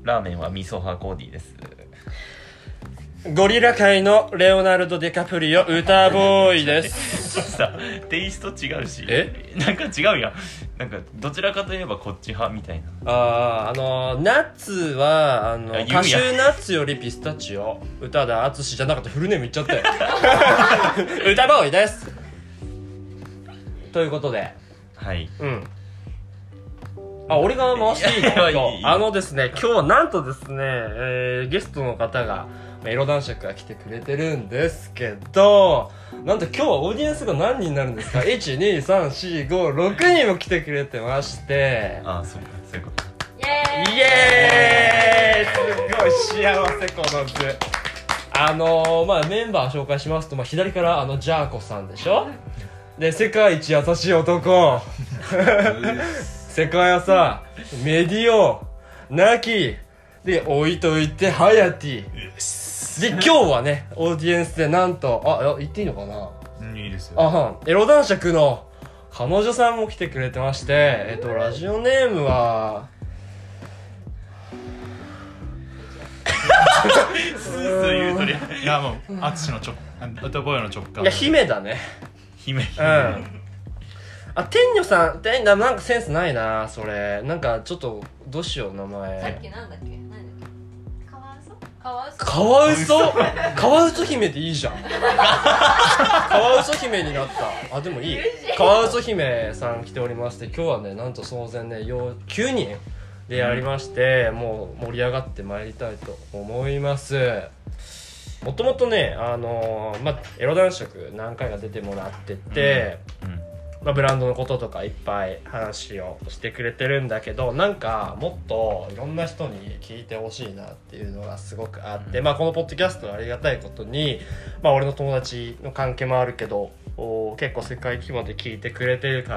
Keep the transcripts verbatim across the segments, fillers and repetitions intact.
ラーメンは味噌派コーディーです。 ゴリラ界のレオナルド・デカプリオ歌ボーイですさテイスト違うし、 えなんか違うやん。なんかどちらかといえばこっち派みたいな。 あーあのナッツはあのあ言うやんカシューナッツよりピスタチオ歌田淳じゃなかったフルネーム言っちゃったよ歌ボーイですということではいうんあ、俺が回していいのいやいいいいあのですね、今日はなんとですね、えー、ゲストの方がエロ男爵が来てくれてるんですけど、なんと今日はオーディエンスが何人になるんですかいち、に、さん、よん、ご、ろくにんも来てくれてましてああそうかそういうことイエーイすごい幸せこの図あのー、まあメンバー紹介しますと、まあ、左からあのジャーコさんでしょで、世界一優しい男世界はさメディオナキで置いといてハヤティで今日はねオーディエンスでなんとあ言っていいのかな。 いいですよ。 あはエロ男爵の彼女さんも来てくれてまして、えっとラジオネームはスースー言うとりいやもう淳の直歌ボーイの直感。 いや姫だね姫うんあ、天女さん、天女なんかセンスないな、それ。なんかちょっとどうしよう名前。 さっきなんだっけ何だっけカワウソカワウソカワウソカワウソ姫でいいじゃんカワウソ姫になったあ、でもいいカワウソ姫さん来ておりまして、今日はねなんと総勢ねきゅうにんでやりまして、うん、もう盛り上がってまいりたいと思います。もともとねあのー、まあエロ男爵何回か出てもらってて、うんうんまあ、ブランドのこととかいっぱい話をしてくれてるんだけど、なんかもっといろんな人に聞いてほしいなっていうのがすごくあって、うん、まあこのポッドキャストはありがたいことに、まあ俺の友達の関係もあるけど結構世界規模で聞いてくれてるから、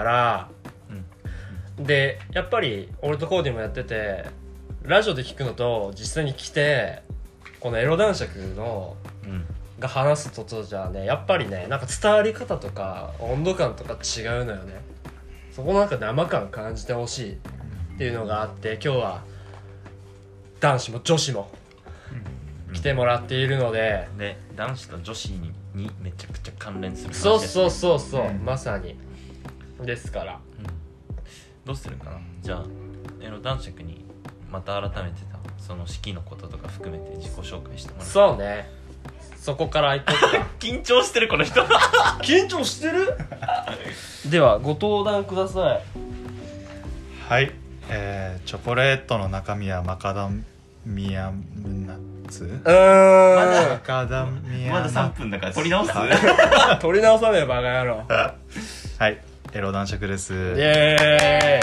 うん、でやっぱり俺とコーディもやっててラジオで聞くのと実際に来てこのエロ男爵の、うんが話すことじゃねやっぱりねなんか伝わり方とか温度感とか違うのよね。そこのなんか生感感じてほしいっていうのがあって、今日は男子も女子も来てもらっているので、 うん、で男子と女子ににめちゃくちゃ関連する話です、 そうそうそうそう、うん、まさにですから、 うん、どうするかな。じゃあエロ男爵にまた改めてたその式のこととか含めて自己紹介してもらう。 そうねそこからいこうか緊張してるこの人緊張してるではご登壇ください。 はい、えー、チョコレートの中身はマカダミアムナッツ。うーんまだマカダミアまださんぷんだから取り直す取り直さねえバカ野郎はいエロ男爵です。イエ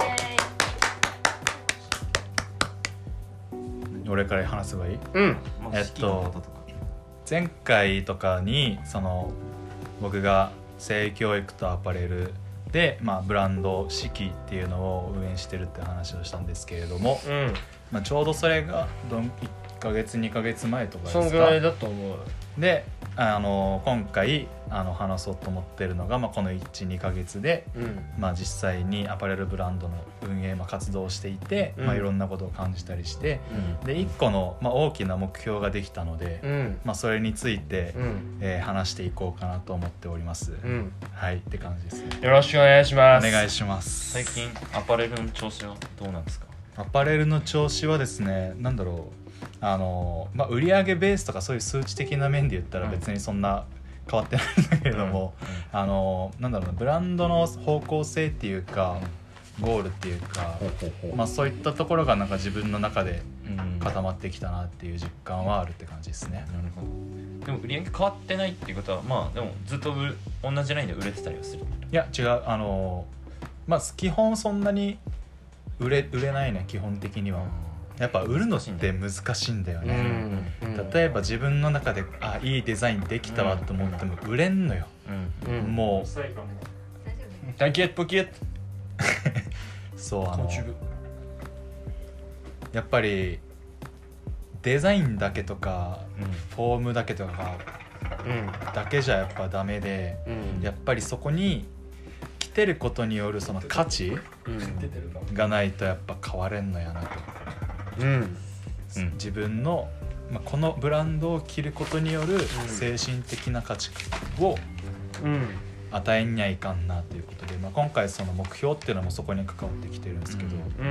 ーイ。俺から話せばいい？ うんえっと前回とかにその僕が性教育とアパレルで、まあ、ブランド式っていうのを運営してるって話をしたんですけれども、うんまあ、ちょうどそれがどんいっかげつにかげつまえとかですか。 そんぐらいだと思う。 であの今回あの話そうと思ってるのが、まあ、この いち,に ヶ月で、うんまあ、実際にアパレルブランドの運営、まあ、活動をしていて、うんまあ、いろんなことを感じたりして、うん、でいっこの、まあ、大きな目標ができたので、うんまあ、それについて、うんえー、話していこうかなと思っております、うん、はいって感じですね。 よろしくお願いします。 お願いします。 最近アパレルの調子はどうなんですか？ アパレルの調子はですね、なんだろうあの、まあ、売上ベースとかそういう数値的な面で言ったら別にそんな変わってないんだけれども、うんうん、あのなんだろうなブランドの方向性っていうかゴールっていうか、うんまあ、そういったところがなんか自分の中で固まってきたなっていう実感はあるって感じですね、 うん、なるほど。でも売上変わってないっていうことはまあでもずっと同じラインで売れてたりはする？ いや違うあの、まあ、基本そんなに売れ、売れないね基本的には。やっぱ売るのって難しいんだよね、うんうん、例えば自分の中であいいデザインできたわと思っても売れんのよ、うんうん、もうタキエッポキエッそうあのやっぱりデザインだけとか、うん、フォームだけとか、うん、だけじゃやっぱダメで、うん、やっぱりそこに来てることによるその価値、うん、がないとやっぱ変われんのやなと。うん、 うん、自分の、まあ、このブランドを着ることによる精神的な価値を与えにゃいかんなということで、まあ、今回その目標っていうのもそこに関わってきてるんですけど、 うん、うん、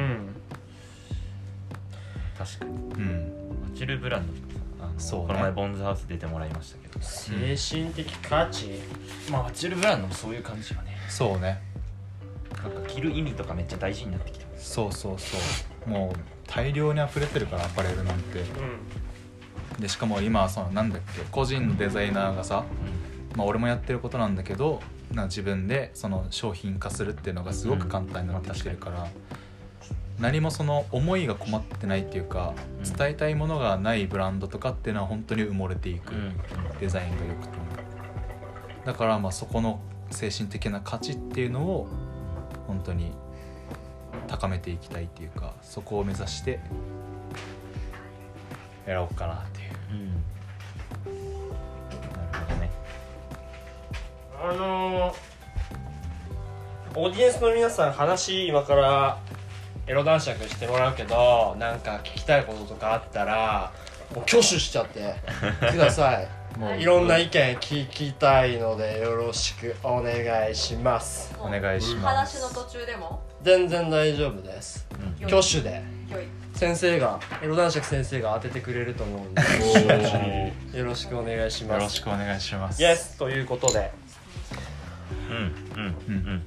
確かに、 うん、 マチルブランドとかさ、あのそうね、 この前ボンズハウス出てもらいましたけど、 精神的価値、 まあマチルブランドもそういう感じよね。 そうね、 なんか着る意味とかめっちゃ大事になってきてます。 そうそうそう、もう大量に溢れてるからアパレルなんて、 うん、 でしかも今そのなんだっけ、個人のデザイナーがさ、 うん、 まあ俺もやってることなんだけど、な自分でその商品化するっていうのがすごく簡単になってきてるから、うん、何もその思いが困ってないっていうか、うん、伝えたいものがないブランドとかっていうのは本当に埋もれていく、うん、デザインがよくても、だからまあそこの精神的な価値っていうのを本当に高めていきたいっていうか、そこを目指してやろうかなっていう、 うん、なるほどね。 あのー、オーディエンスの皆さん、話今からエロ男爵してもらうけど、なんか聞きたいこととかあったらもう挙手しちゃってください。もういろんな意見聞きたいのでよろしくお願いします。 お願いします。 話の途中でも全然大丈夫です、うん、挙手で先生が、エロ男爵先生が当ててくれると思うんでよろしくお願いします。 よろしくお願いします。 Yes ということで、 うんうんうん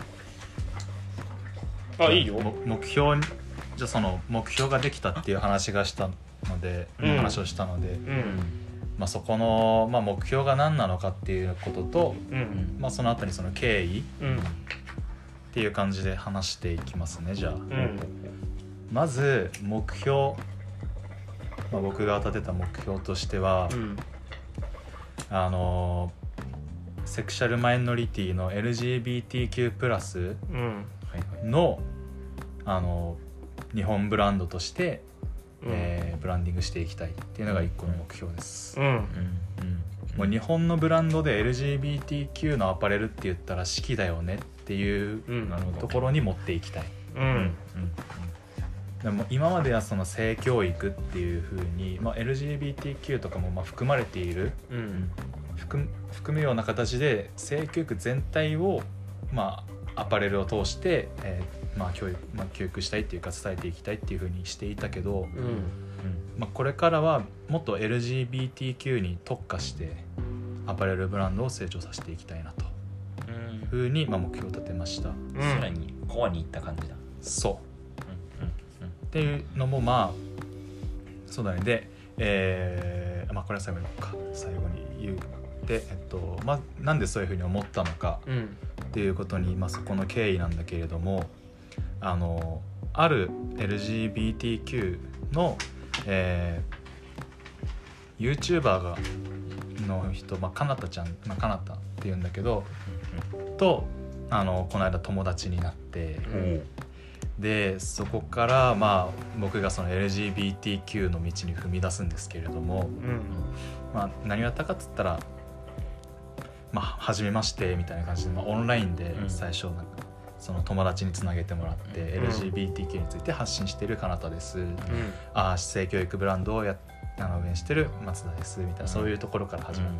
うん、あ、いいよ。 目標に、じゃあその目標ができたっていう話がしたので、うん、話をしたので、うん、まあ、そこの、まあ、目標が何なのかっていうことと、うん、まあ、その後にその経緯、うん、っていう感じで話していきますね。じゃあ、うん、まず目標、まあ、僕が立てた目標としては、うん、あのセクシャルマイノリティの エルジービーティーキュー プラスの、あの日本ブランドとして、うん、えー、ブランディングしていきたいっていうのが一個の目標です、うんうんうん、もう日本のブランドで エルジービーティーキュー のアパレルって言ったら四季だよねっていうところに持っていきたい、うんうんうん、でも今まではその性教育っていう風に、まあ、エルジービーティーキュー とかもまあ含まれている、うん、含, 含むような形で性教育全体を、まあ、アパレルを通して、えーまあ 教育まあ、教育したいっていうか伝えていきたいっていう風にしていたけど、うんうん、まあ、これからはもっと エルジービーティーキュー に特化してアパレルブランドを成長させていきたいなという風にまあ目標を立てました、うん、 さらにコアにいった感じだ。 そう、うんうんうん、っていうのもまあそうだね。で、えーまあ、これは最後にか最後に言うで、えっとまあ、なんでそういう風に思ったのかっていうことに、まあ、そこの経緯なんだけれども、あのある エルジービーティーキュー の、えー、YouTuber がの人、まあ、かなたちゃん、まあ、かなたっていうんだけど、うん、とあのこの間友達になって、うん、でそこから、まあ、僕がその エルジービーティーキュー の道に踏み出すんですけれども、うん、まあ、何をやったかっつったら、まあ、初めましてみたいな感じで、まあ、オンラインで最初なんかその友達につなげてもらって、うん、エルジービーティーキュー について発信しているかなたです、うん、あ性教育ブランドをやあの運営してる松田ですみたいな、うん、そういうところから始まって、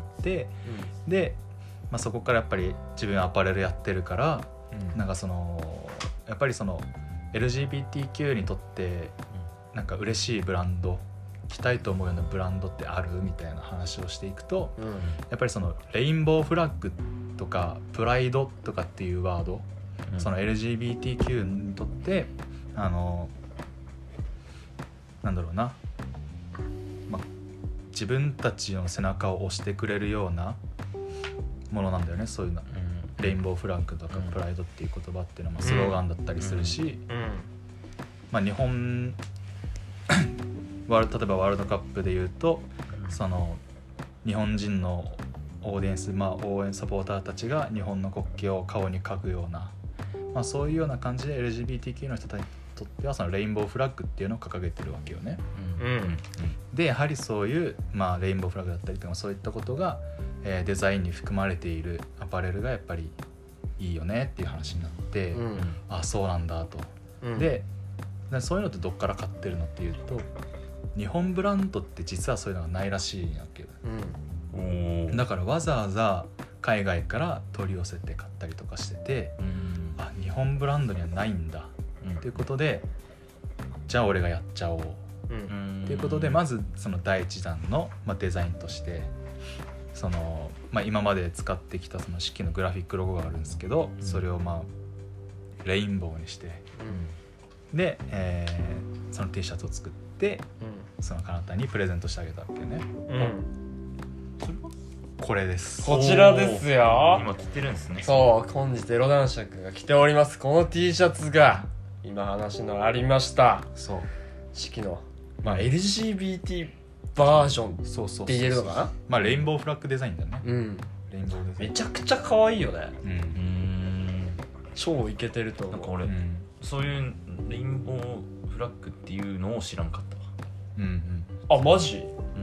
うん、で、まあ、そこからやっぱり自分アパレルやってるから、うん、なんかそのやっぱりその エルジービーティーキュー にとってなんか嬉しいブランド、着たいと思うようなブランドってあるみたいな話をしていくと、うん、やっぱりそのレインボーフラッグとかプライドとかっていうワード、うん、その エルジービーティーキュー にとってあのなんだろうな、まあ、自分たちの背中を押してくれるようなものなんだよね。そういうの、うん、レインボーフラッグとかプライドっていう言葉っていうのはスローガンだったりするし、うんうん、まあ、日本例えばワールドカップでいうと、その日本人のオーディエンス、まあ、応援サポーターたちが日本の国旗を顔に書くような、まあ、そういうような感じで エルジービーティーキュー の人たちにとってはそのレインボーフラッグっていうのを掲げてるわけよね、うんうん、でやはりそういう、まあ、レインボーフラッグだったりとかそういったことが、えー、デザインに含まれているアパレルがやっぱりいいよねっていう話になって、うん、あそうなんだと、うん、でそういうのってどっから買ってるのっていうと、 日本ブランドって実はそういうのがないらしいんやけど、 うんおーだからわざわざ海外から取り寄せて買ったりとかしてて、 うんあ日本ブランドにはないんだうんということで、じゃあ俺がやっちゃおううんということで、まずその第一弾の、まあ、デザインとしてその、まあ、今まで使ってきたその式のグラフィックロゴがあるんですけど、 うんそれをまあレインボーにしてで、えーその T シャツを作ってその彼方にプレゼントしてあげたわけよね。 うんうんこれです。 こちらですよ。 今着てるんですね。 そう本日エロ男爵が着ておりますこの T シャツが今話のありましたそう式の、まあ、エルジービーティー バージョンそうそうそうって言えるのかな。 まあレインボーフラッグデザインだね。 うんレインボーデザインめちゃくちゃ可愛いよね。 ううんん超イケてると思う。 なんか俺、 うんそういうレインボーフラッグっていうのを知らんかったわ。 うんうんあマジ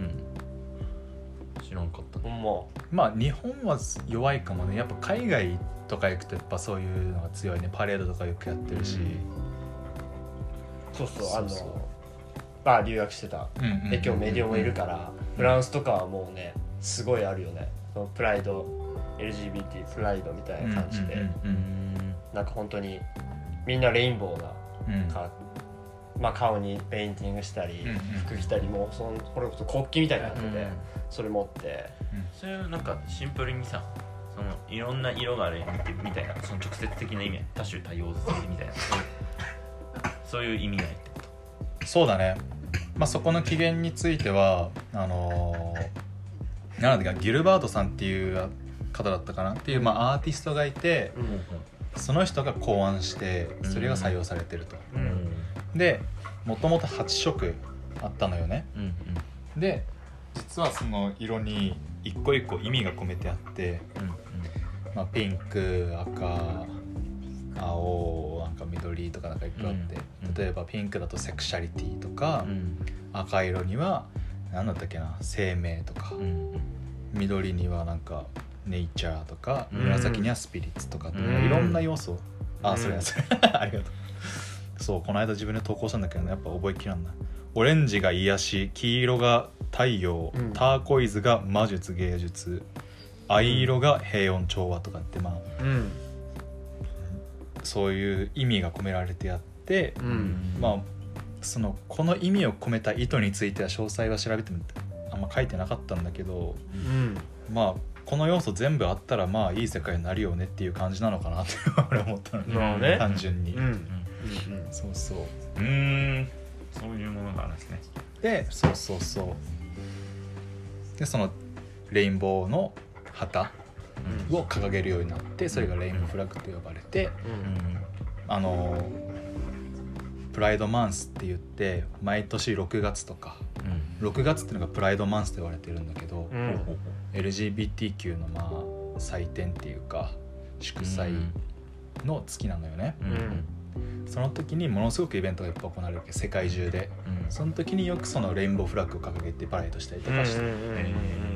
うん知らんかったほんま。 まあ日本は弱いかもね。やっぱ海外とか行くとやっぱそういうのが強いね。パレードとかよくやってるし、 そうそうあのそうそうまあ留学してたうんうんうんうんで今日メディオもいるからフランスとかはもうねすごいあるよね。そのプライド エルジービーティー プライドみたいな感じで、 うんうんうんなんか本当にみんなレインボーなうんうんか、まあ、顔にペインティングしたり、 うんうん服着たりもうそのこれこそ国旗みたいな感じで、 うんそれ持ってそれはなんかシンプルにさそのいろんな色があるみたいなその直接的な意味多種多様性みたいなそういうそういう意味合いってことそうだね。まあそこの起源についてはあのー、なんだっけギルバートさんっていう方だったかなっていう、まあ、アーティストがいて、その人が考案してそれが採用されてると。 うんでもともとはち色あったのよね。 うんうんで実はその色に一個一個意味が込めてあって、まあ、ピンク赤青なんか緑とかなんかいっぱいあって、 うん例えばピンクだとセクシャリティとか、 うん赤色には何だったっけな生命とか、 うん緑にはなんかネイチャーとか、 うん紫にはスピリッツとか、 うんいろんな要素。あ、 うんそれやそれありがとう。そうこの間自分で投稿したんだけどね、やっぱ覚えきらんな。オレンジが癒し、黄色が太陽、 うんターコイズが魔術芸術、藍色が平穏調和とかってまあうんそういう意味が込められてあって、 ううんんまあそのこの意味を込めた意図については詳細は調べてもあんま書いてなかったんだけど、 うんまあこの要素全部あったらまあいい世界になるよねっていう感じなのかなって俺は思ったのね、 まあね単純に、 うんうんそうそううんうんそういうものがあるんですね。 でそうそうそうでそのレインボーの旗を掲げるようになってそれがレインボーフラッグと呼ばれて、 うんあのプライドマンスって言って毎年ろくがつとかろくがつっていうのがプライドマンスと言われてるんだけど、 うんエルジービーティー 級のまあ祭典っていうか祝祭の月なのよね、 うんうんその時にものすごくイベントがいっぱい行われるわけ世界中で。 うんその時によくそのレインボーフラッグを掲げてパレードしたりとかして、 うんうんうんうん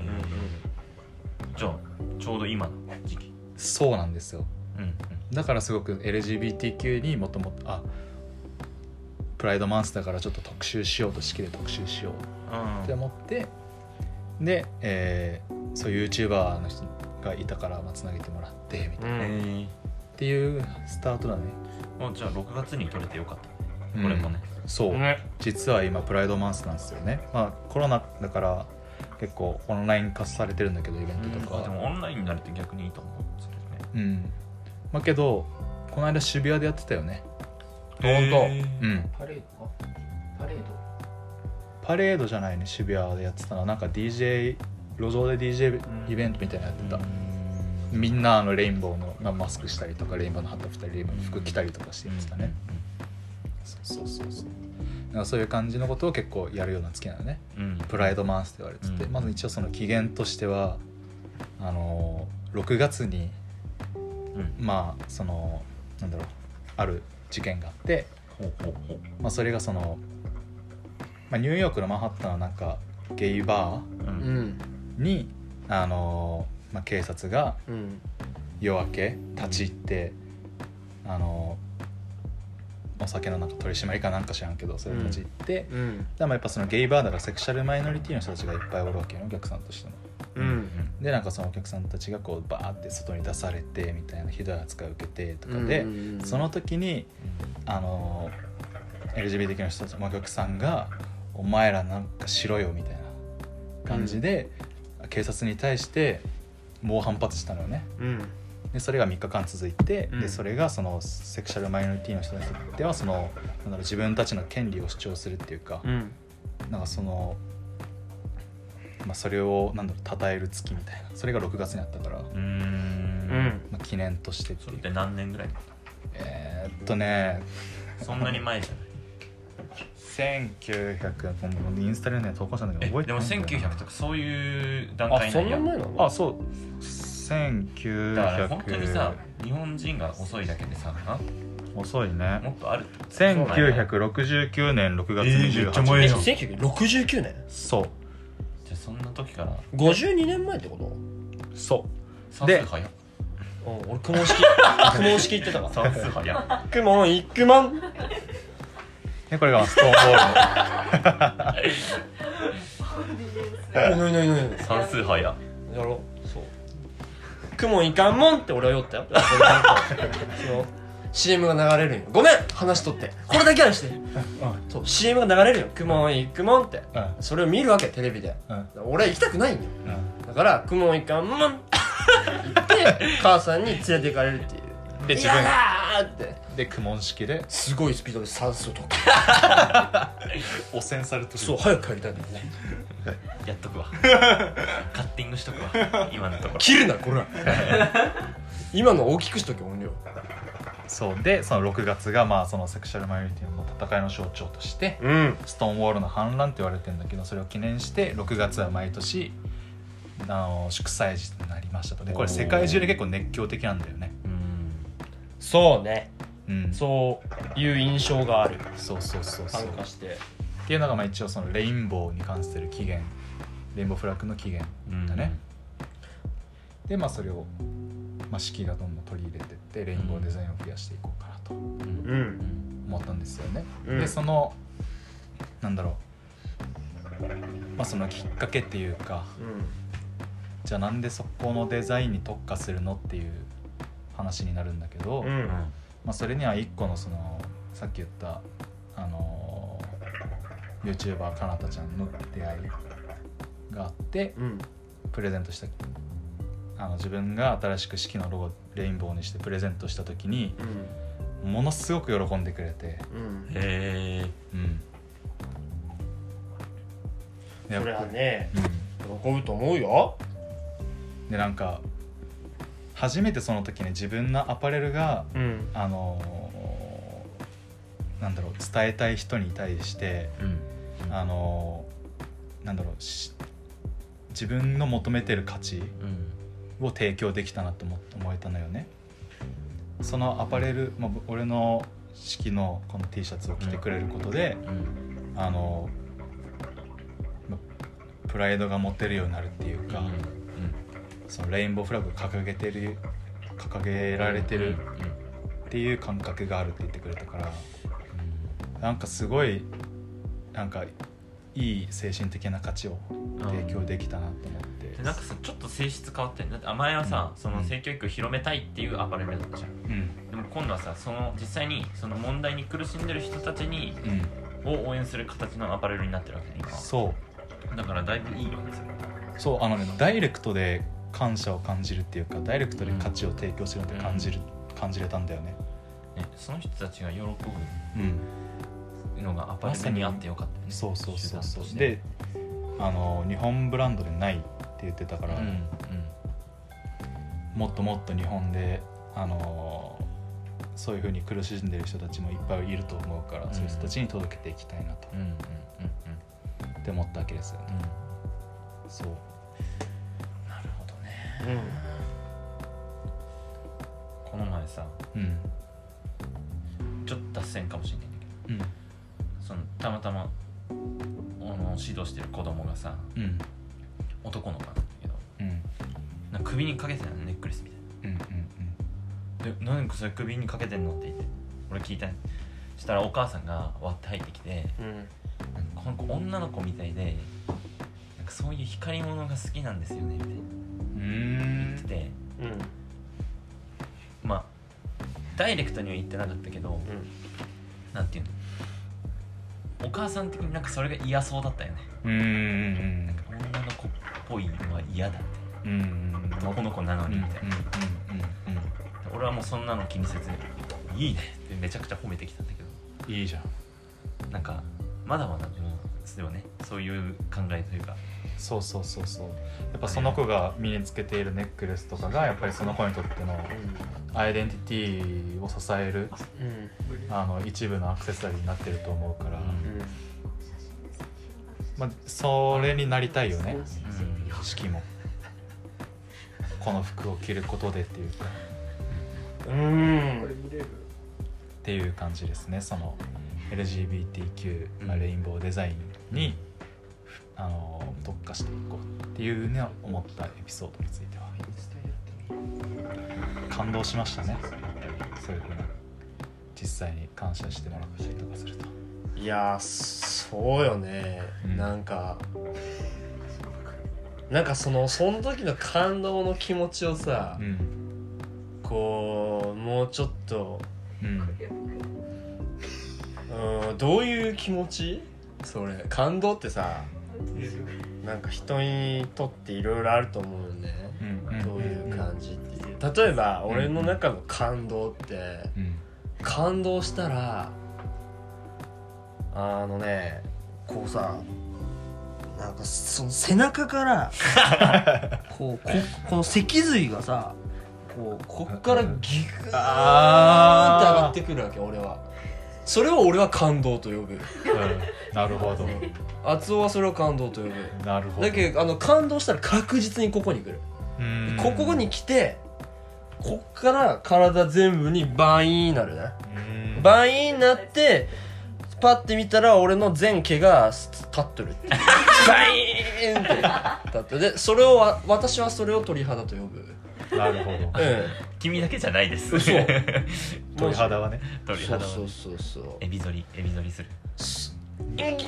じゃあちょうど今の時期。 そうなんですよ。 うんだからすごく エルジービーティー 級にもともとあプライドマンスだからちょっと特集しようと式で特集しよううんって思ってで、えー、そういう YouTuber の人がいたからつなげてもらってみたいな、 うんえっていうスタートだね。 ーもうじゃあろくがつに取れてよかった。 うんこれもね。 そう、 ね実は今プライドマンスなんですよね。まあコロナだから結構オンライン化されてるんだけどイベントとかは、 あでもオンラインになるって逆にいいと思うんですよね。 うんまあけどこの間渋谷でやってたよね。 ほんとへーうんパレードパレードパレードじゃないね、渋谷でやってたのはなんか ディージェー 路上で ディージェー イベントみたいなのやってた、みんなあのレインボーの、まあ、マスクしたりとかレインボーの旗振ったりレインボーの服着たりとかしてましたね、そうそうそうそうなんかそういう感じのことを結構やるような月なのね。 うんうんプライドマンスって言われてて、 うんまず一応その起源としてはあのろくがつにうんまあそのなんだろうある事件があって、 ほうほうほうまあ、それがその、まあ、ニューヨークのマンハッタンのなんかゲイバううんんーにあの、まあ、警察がうん夜明け立ち入って、あのお酒のなんか取り締まりかなんか知らんけどそういう人たち行って、 うん、 でもやっぱそのゲイバーだからセクシャルマイノリティの人たちがいっぱいおるわけよお客さんとしても、 うん、 でなんかそのお客さんたちがこうバーって外に出されてみたいなひどい扱いを受けてとかで、うんうん、その時にあの エルジービーティーキュー の人たちのお客さんがお前らなんかしろよみたいな感じで、うん、警察に対して猛反発したのよね、うん、でそれがみっかかん続いて、うん、でそれがそのセクシャルマイノリティの人にとってはそのなんだろう自分たちの権利を主張するっていうか、うん、なんかその、まあ、それをなんだろう称える月みたいなそれがろくがつにあったからうーん、まあ、記念としてっていうそれって何年ぐらいえー、っとねそんなに前じゃないせんきゅうひゃくインスタでね投稿したんだけど覚えてないんだよな。 でもせんきゅうひゃくとかそういう段階なんや。 あそんな前なの？ あそうせんきゅうひゃくだから本当にさ日本人が遅いだけでさ遅いねもっとあるせんきゅうひゃくろくじゅうきゅうねんろくがつにじゅうはちにち、 えー、せんきゅうひゃくろくじゅうきゅうねんそうじゃあそんな時からごじゅうにねんまえってこと？ そう算数早っ俺公文式公文式言ってたから算数早っクモンいくもんでこれがストーンボールのなになになに算数早っやろうそうクモンいかんもんって俺は言ったよその シーエム が流れるんよごめん話しとってこれだけはして、うん、そう シーエム が流れるよクモンいくもんって、うん、それを見るわけテレビで、うん、俺は行きたくないんよ、うん、だからクモンいかんもんって言って母さんに連れて行かれるっていうで自分やだーってで苦問式ですごいスピードで算数とか汚染されてるそう早く帰りたいんだよねやっとくわカッティングしとくわ今のところ切るなこれ今の大きくしとけ音量そうでそのろくがつがまあそのセクシャルマイノリティの戦いの象徴として、うん、ストーンウォールの反乱って言われてるんだけどそれを記念してろくがつは毎年あの祝祭日になりましたとでこれ世界中で結構熱狂的なんだよねうんそうね、 うん、 そういう印象があるそうそうそうそう参加してっていうのがまあ一応そのレインボーに関する起源レインボーフラッグの起源だね、うん、でまあそれを、まあ、四季がどんどん取り入れてってレインボーデザインを増やしていこうかなと思ったんですよね、うん、でそのなんだろうまあそのきっかけっていうか、うん、じゃあなんでそこのデザインに特化するのっていう話になるんだけど、うんまあ、それには一個のそのさっき言ったあのー、YouTuber かなたちゃんの出会いがあって、うん、プレゼントしたあの自分が新しく四季のロゴレインボーにしてプレゼントした時に、うん、ものすごく喜んでくれて、 うん、へー、 うん、それはね、うん、喜ぶと思うよでなんか初めてその時に自分のアパレルが、うん、あのー、なんだろう伝えたい人に対して、うん、あのー、なんだろう自分の求めてる価値を提供できたなと 思, 思えたのよね。そのアパレル、まあ、俺の式のこの T シャツを着てくれることで、うん、あのー、プライドが持てるようになるっていうか、うんそのレインボーフラッグを掲げてる掲げられてるっていう感覚があるって言ってくれたから、うん、なんかすごいなんかいい精神的な価値を提供できたなと思って、 うん、なんかさちょっと性質変わってんだって前はさ、うん、その性教育を広めたいっていうアパレルだったじゃん、うん、でも今度はさその実際にその問題に苦しんでる人たちに、うん、を応援する形のアパレルになってるわけね今そうだからだいぶいいよねそれそうあのねダイレクトで感謝を感じるっていうかダイレクトで価値を提供するって感じる、うん、感じれたんだよね。 ねその人たちが喜ぶのがアパレルにあってよかったね。 そうそうそうそう。で、あの日本ブランドでないって言ってたから、うんうん、もっともっと日本であのそういう風に苦しんでる人たちもいっぱいいると思うから、うん、そういう人たちに届けていきたいなと、うんうんうんうん、って思ったわけですよね。うん、そう。 うん、この前さ、うん、ちょっと脱線かもしれないんだけど、うん、そのたまたまあの指導してる子供がさ、うん、男の子なんだけど、うん、なんか首にかけてたのネックレスみたいな、うんうんうん、で何かそれ首にかけてんのって言って俺聞いたんそしたらお母さんが割って入ってきて、うん、なんかこの子女の子みたいでなんかそういう光り物が好きなんですよねみたいな言ってて、うん、まあダイレクトには言ってなかったけど、うん、なんていうの、お母さん的になんかそれが嫌そうだったよね。うーん、なんか女の子っぽいのは嫌だって、うん、男の子なのにみたいな。俺はもうそんなの気にせずいいねってめちゃくちゃ褒めてきたんだけど、 いいじゃん。 なんかまだまだでもね、そういう考えというか、 そうそうそうそう、やっぱその子が身につけているネックレスとかがやっぱりその子にとってのアイデンティティを支える、うん、あの一部のアクセサリーになってると思うから、うん、まあ、それになりたいよね、うん、式もこの服を着ることでっていうか、うん、っていう感じですね。その エルジービーティーキュー、まあ、レインボーデザインにあの特化していこうっていうね思ったエピソードについては感動しましたね。そういうふうな実際に感謝してもらったりとかすると、 いやそうよね、うん、なんかなんかそのその時の感動の気持ちをさ、うん、こうもうちょっと、うん、うん、どういう気持ち？それ感動ってさ、なんか人にとっていろいろあると思うよね、うん、どういう感じっていう。例えば俺の中の感動って、うん、感動したらあのねこうさ、なんかその背中からこう こ, この脊髄がさこうこっからギューって上がってくるわけ。俺はそれを俺は感動と呼ぶ、うん、 なるほど。 厚尾はそれを感動と呼ぶ。 なるほど。 だけどあの感動したら確実にここに来る。うんここに来てこっから体全部にバイーンになるね。バイーンになってパッて見たら俺の全毛が立っとるってバイーンって立ってで、それを私はそれを鳥肌と呼ぶ。 なるほど、うん、 君だけじゃないです。 そう鳥肌はね、 鳥肌はそうそうそうそう、 エビ反りエビ反りする。ギュ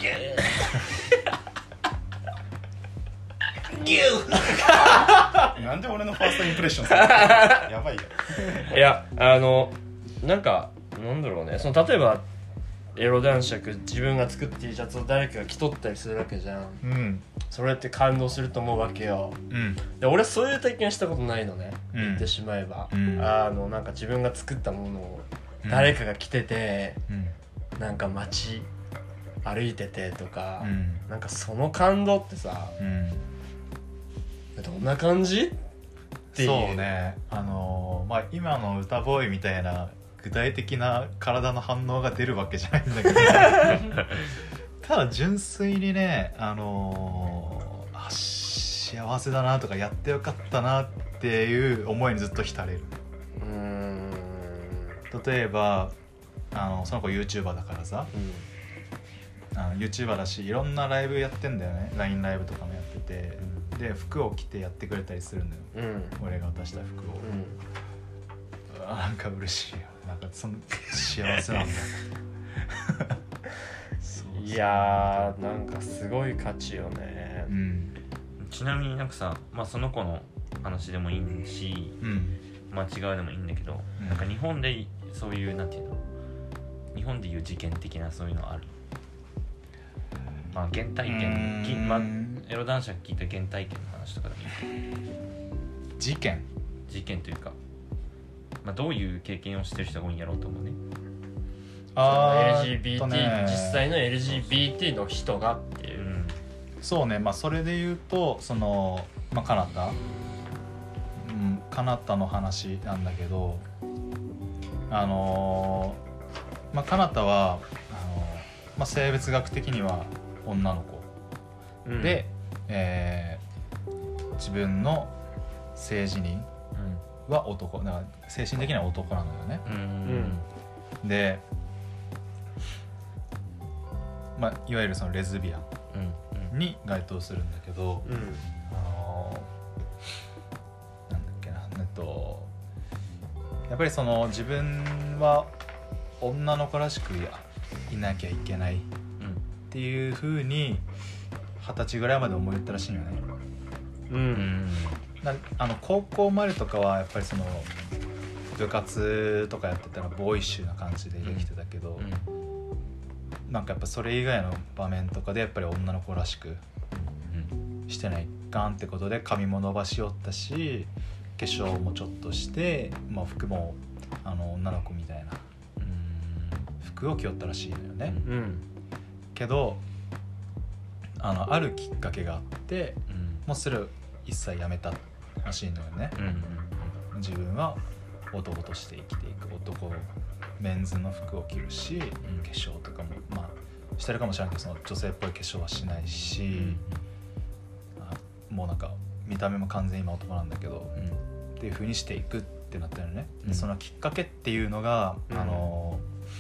ーなんで俺のファーストインプレッションするやばいよ。 いやあのなんかなんだろうね、その例えばエロ男爵自分が作った T シャツを誰かが着とったりするわけじゃん、うん、それって感動すると思うわけよ、うん、で俺そういう体験したことないのね、うん、言ってしまえば、うん、あのなんか自分が作ったものを誰かが着てて、うん、なんか街歩いててとか、うん、なんかその感動ってさ、うん、どんな感じっていう。 そうね、あのー、まあ今の歌ボーイみたいな具体的な体の反応が出るわけじゃないんだけどただ純粋にね、あのー、あ幸せだなとかやってよかったなっていう思いにずっと浸れる。うーん、例えばあのその子 YouTuber だからさ、うん、あの YouTuber だしいろんなライブやってんだよね。 ライン ライブとかもやってて、うん、で服を着てやってくれたりするんだよ、うん、俺が渡した服を、うん、なんか嬉しいよ。なんかその幸せなんだいやーなんかすごい価値よね、うん、 ちなみになんかさ、まあ、その子の話でもいいし、うん、間違うでもいいんだけど、うん、なんか日本でそういうなんていうの、日本でいう事件的なそういうのある？まあ原体験、まあ、エロ男爵聞いた原体験の話とかでもいいか。 事件事件というか、まあ、どういう経験をしてる人が多いんやろうと思うね。 あ エルジービーティー、ね、実際の エルジービーティー の人がっていう、うん、 そうね、まあそれで言うとそのまあカナダ、うん、カナダの話なんだけど、あのー、まあカナダはあのー、まあ性別学的には女の子、うん、で、えー、自分の性自認は男、だから精神的には男なのよね、うんうん、で、まあ、いわゆるそのレズビアンに該当するんだけど、うんうん、あのなんだっけな、えっとやっぱりその自分は女の子らしくいなきゃいけないっていう風に二十歳ぐらいまで思いったらしいよね。 うん、 なあの高校までとかはやっぱりその部活とかやってたらボーイッシュな感じでできてたけど、うん、なんかやっぱそれ以外の場面とかでやっぱり女の子らしくしてないかんってことで髪も伸ばしよったし化粧もちょっとして、まあ、服もあの女の子みたいな服を着よったらしいのよね、うん、けど あの、あるきっかけがあって、うん、もうそれを一切やめたらしいのよね、うん、自分は男として生きていく男メンズの服を着るし、うん、化粧とかもまあしてるかもしれないけどその女性っぽい化粧はしないし、うん、あもうなんか見た目も完全に今男なんだけど、うん、っていう風にしていくってなったよね、うん、でそのきっかけっていうのが、うん、あの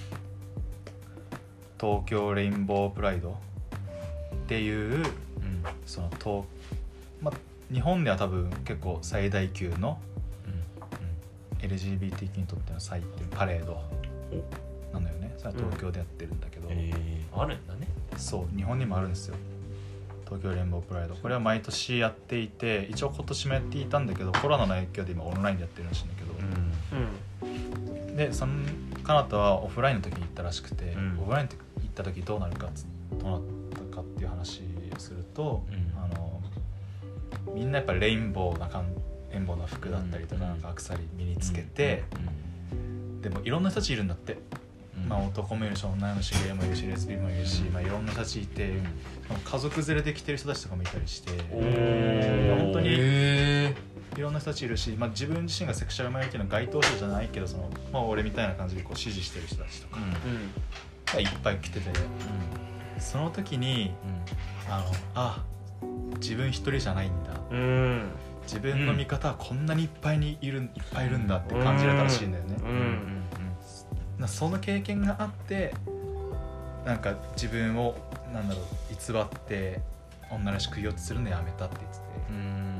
東京レインボープライドっていう、うん、その東、まあ、日本では多分結構最大級の、うんうん、エルジービーティーキュー にとっての祭典パレードなのよね。それは東京でやってるんだけど、うんえー、あるんだね。 そう日本にもあるんですよ東京レインボープライド。これは毎年やっていて一応今年もやっていたんだけどコロナの影響で今オンラインでやってるらしいんだけど、うん、でそのカナダはオフラインの時に行ったらしくて、うん、オフラインって行った時どうなるかどうなったかっていう話をすると、うん、あのみんなやっぱりレインボーなレインボーな服だったりとか、うん、なんかアクセサリー身につけて、うん、でもいろんな人たちいるんだって、うんまあ、男もいるし女の人もいるしレズビもいるし、うんまあ、いろんな人たちいて、うん、家族連れで来てる人たちとかもいたりして本当にいろんな人たちいるし、まあ、自分自身がセクシャルマイノリティの該当者じゃないけどその、まあ、俺みたいな感じでこう支持してる人たちとかがいっぱい来てて、うん、その時に、うん、あのあ自分一人じゃないんだ、うん、自分の味方はこんなにいっぱいにいる、いっぱいいるんだって感じられたらしいんだよね、うんうんうん、その経験があってなんか自分をなんだろう偽って女らしく言おうとするのやめたって言っててうん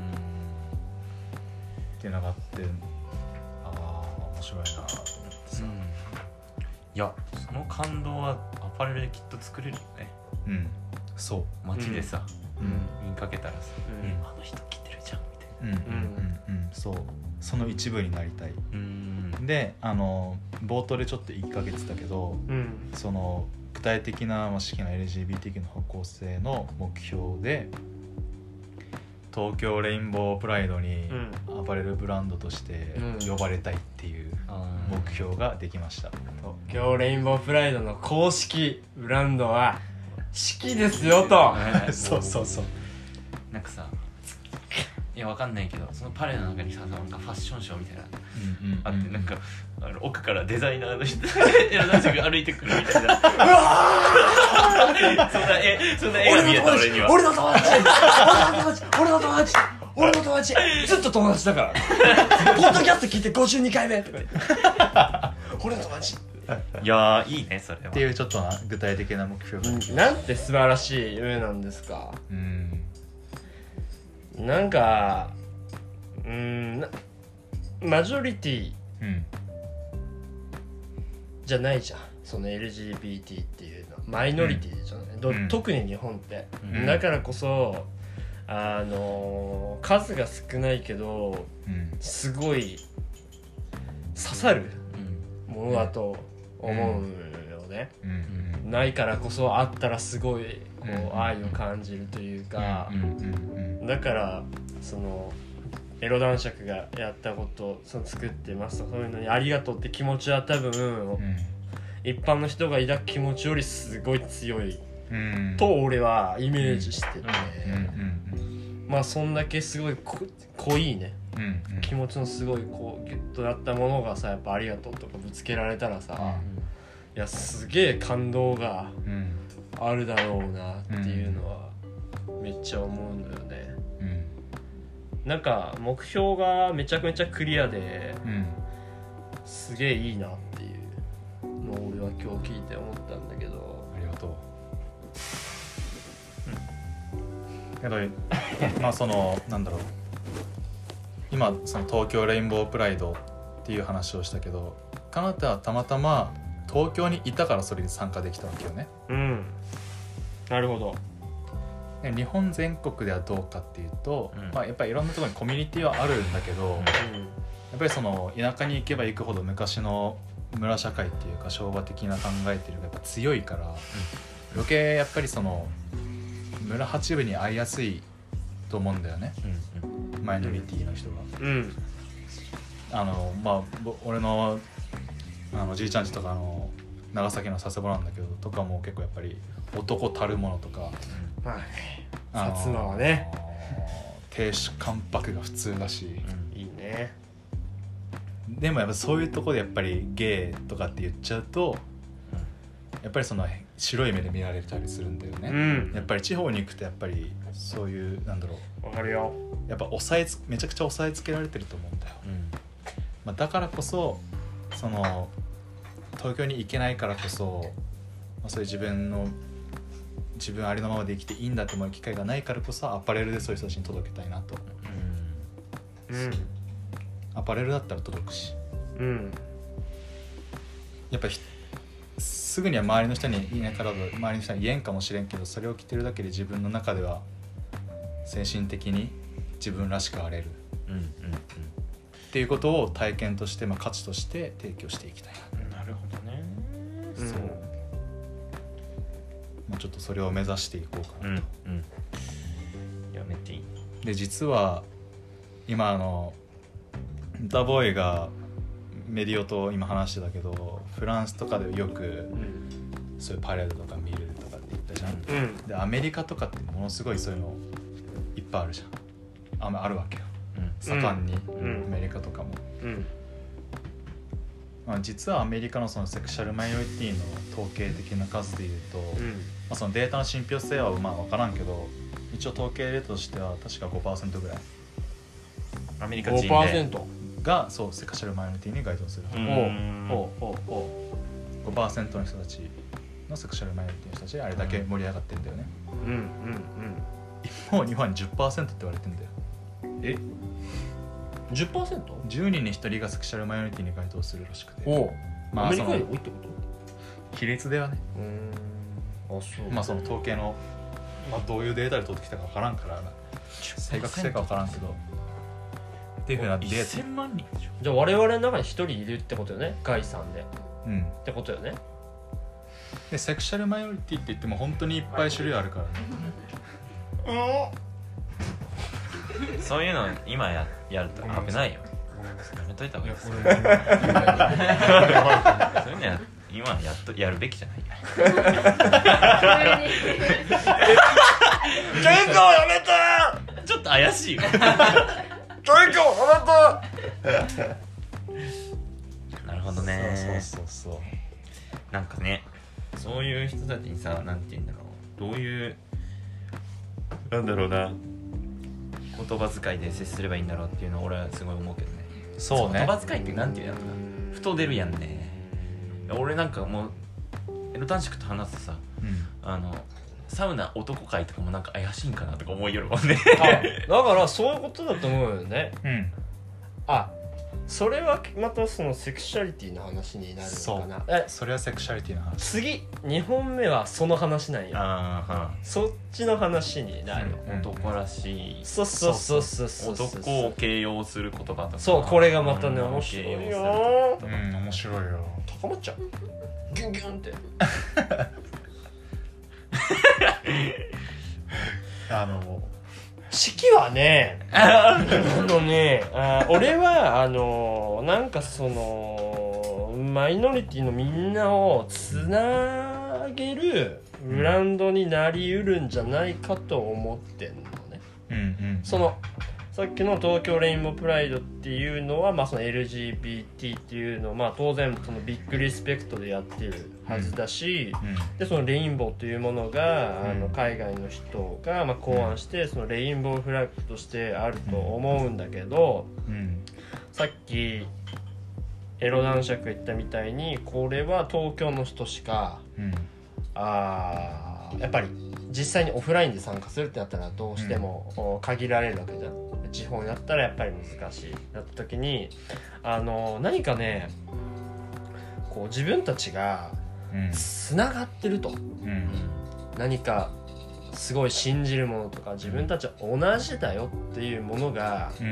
っていうのがあってああ面白いなと思ってさ、うん、いやその感動はアパレルできっと作れるよね。 うんそう街でさ、うん、見かけたらさ、 うん、 あの人着てるじゃんみたいな、 うんうんうんうん、そうその一部になりたい、うん、であの冒頭でちょっと言いかけてたけど、うん、その具体的な式の エルジービーティーキュー の方向性の目標で東京レインボープライドにアパレルブランドとして呼ばれたいっていう目標ができました、うん、 東京レインボープライドの公式ブランドは式ですよとそうそうそうなんかさいやわかんないけどそのパレードの中にさなんかファッションショーみたいな、うんうん、あってなんかあの奥からデザイナーの人が歩いてくるみたいなうわそんなえそんな絵が見えた俺には俺の友達俺の友達俺の友達ずっと友達だからポッドキャスト聞いてごじゅうにかいめとか言って俺の友達いやーいいねそれはっていうちょっとな具体的な目標が、 うん、なんて素晴らしい夢なんですか。うんなんかうーんマジョリティじゃないじゃんその エルジービーティー っていうのはマイノリティじゃない、うん、特に日本って、うん、だからこそあのー、数が少ないけど、うん、すごい刺さるものだと思うよね、うんうん、ないからこそあったらすごいこう愛を感じるというか、だからそのエロ男爵がやったことその作ってますとそういうのにありがとうって気持ちは多分、うん、一般の人が抱く気持ちよりすごい強い、うん、と俺はイメージしてて、まあそんだけすごい濃いね、うんうん、気持ちのすごいこうギュッとなったものがさやっぱありがとうとかぶつけられたらさ、うん、いやすげえ感動があるだろうなっていうのはめっちゃ思うのよね、うん、なんか目標がめちゃくちゃクリアで、うん、すげえいいなっていうのを俺は今日聞いて思ったんだけどありがとう、うん、けどまあそのなんだろう今その東京レインボープライドっていう話をしたけどカナダはたまたま東京にいたからそれに参加できたわけよね。 うん、なるほど。 日本全国ではどうかっていうと、うんまあ、やっぱりいろんなところにコミュニティはあるんだけど、うん、やっぱりその田舎に行けば行くほど昔の村社会っていうか昭和的な考えてるのがやっぱ強いから、うん、余計やっぱりその村八分に会いやすいと思うんだよね、うんうん、マイノリティの人が、うん、あのまあ俺のあのじいちゃんちとかあの長崎の佐世保なんだけどとかも結構やっぱり男たるものとか、 うん、まあね薩摩はね亭主関白が普通だし、 うん、いいね。 でもやっぱそういうところでやっぱりゲイとかって言っちゃうとやっぱりその白い目で見られたりするんだよね、うん、やっぱり地方に行くとやっぱりそういうなんだろうわかるよやっぱ抑えつめちゃくちゃ抑えつけられてると思うんだよ、うんまあ、だからこそその東京に行けないからこそ、まあ、そういう自分の自分ありのままで生きていいんだって思う機会がないからこそアパレルでそういう人たちに届けたいなと、うんうん、アパレルだったら届くし、うん、やっぱりすぐには周りの人にいいねから周りの人に言えんかもしれんけどそれを着てるだけで自分の中では精神的に自分らしくあれる、うんうんうん、っていうことを体験として、まあ、価値として提供していきたいな。 なるほどね。 そう、うんまあ、ちょっとそれを目指していこうかなと、うんうん、 やめていい。 で実は今あのダボーイがメディオと今話してたけどフランスとかでよく、うん、そういうパレードとか見るとかって言ったじゃん、うん、でアメリカとかってものすごいそういうのいっぱいあるじゃん あ, あるわけよ、うん、盛んに、うん、アメリカとかも、うんまあ、実はアメリカのそのセクシャルマイノリティの統計的な数でいうと、うんまあ、そのデータの信憑性はまあ分からんけど一応統計例としては確か ごパーセント ぐらいアメリカ人でごパーセントがそうセクシャルマイノリティに該当する。ほうほうほうほう ごパーセント の人たちのセクシャルマイノリティの人たちであれだけ盛り上がってるんだよね、うんうんうん、一方日本に じゅっパーセント って言われてんだよ。 え じゅっパーセント？ じゅうにんにひとりがセクシャルマイノリティに該当するらしくて、 お、まあ、アメリカより多いってこと？比率ではね。 うーんあそうまあその統計の、まあ、どういうデータで取ってきたか分からんから正確性か分からんけどっていうふうなデータせんまんにんでしょ。 じゃあ我々の中にひとりいるってことよねガイさんで、うん、ってことよね。 でセクシャルマイノリティって言っても本当にいっぱい種類あるからね、 うん、そういうの今 や, やると危ないよ。やめといた方がいいですよ。そういうのや今やっとやるべきじゃない。 喧嘩をやめた。 ちょっと怪しいよ。 喧嘩をやめた。 なるほどね。 そうそうそうそう。 なんかね、そういう人たちにさ、なんて言うんだろう、どういうなんだろうな言葉遣いで接すればいいんだろうっていうのを俺はすごい思うけどね。 そうね。 言葉遣いってなんて言うんだろうな。ふと出るやんね。俺なんかもうエロ短縮と話すとさ、うん、あのサウナ男会とかもなんか怪しいんかなとか思いよるもんね。 あだからそういうことだと思うよね。うん。あ、それはまたそのセクシャリティの話になるのかな。 え、それはセクシャリティの話。 次にほんめはその話なんよ。ああ、そっちの話になる、 うん、男らしい。 そうそうそうそうそうそう。男を形容する言葉とか。 そう、これがまたね、面白いよ。 うん、面白いよ。 高まっちゃう。ギュンギュンって。 あの。 式はね、あのね、あ俺はあのなんかそのマイノリティのみんなをつなげるブランドになりうるんじゃないかと思ってんのね。うんうん、そのさっきの東京レインボープライドっていうのは、まあ、その エルジービーティー っていうのを、まあ、当然そのビッグリスペクトでやってるはずだし、うんうん、でそのレインボーというものが、うん、あの海外の人が、まあ、考案してそのレインボーフラッグとしてあると思うんだけど、うんうん、さっきエロ男爵言ったみたいにこれは東京の人しか、うん、あやっぱり実際にオフラインで参加するってなったらどうしても限られるわけじゃん。地方になったらやっぱり難しいなった時にあの何かねこう自分たちがつながってると、うん、何かすごい信じるものとか自分たちは同じだよっていうものが、うん、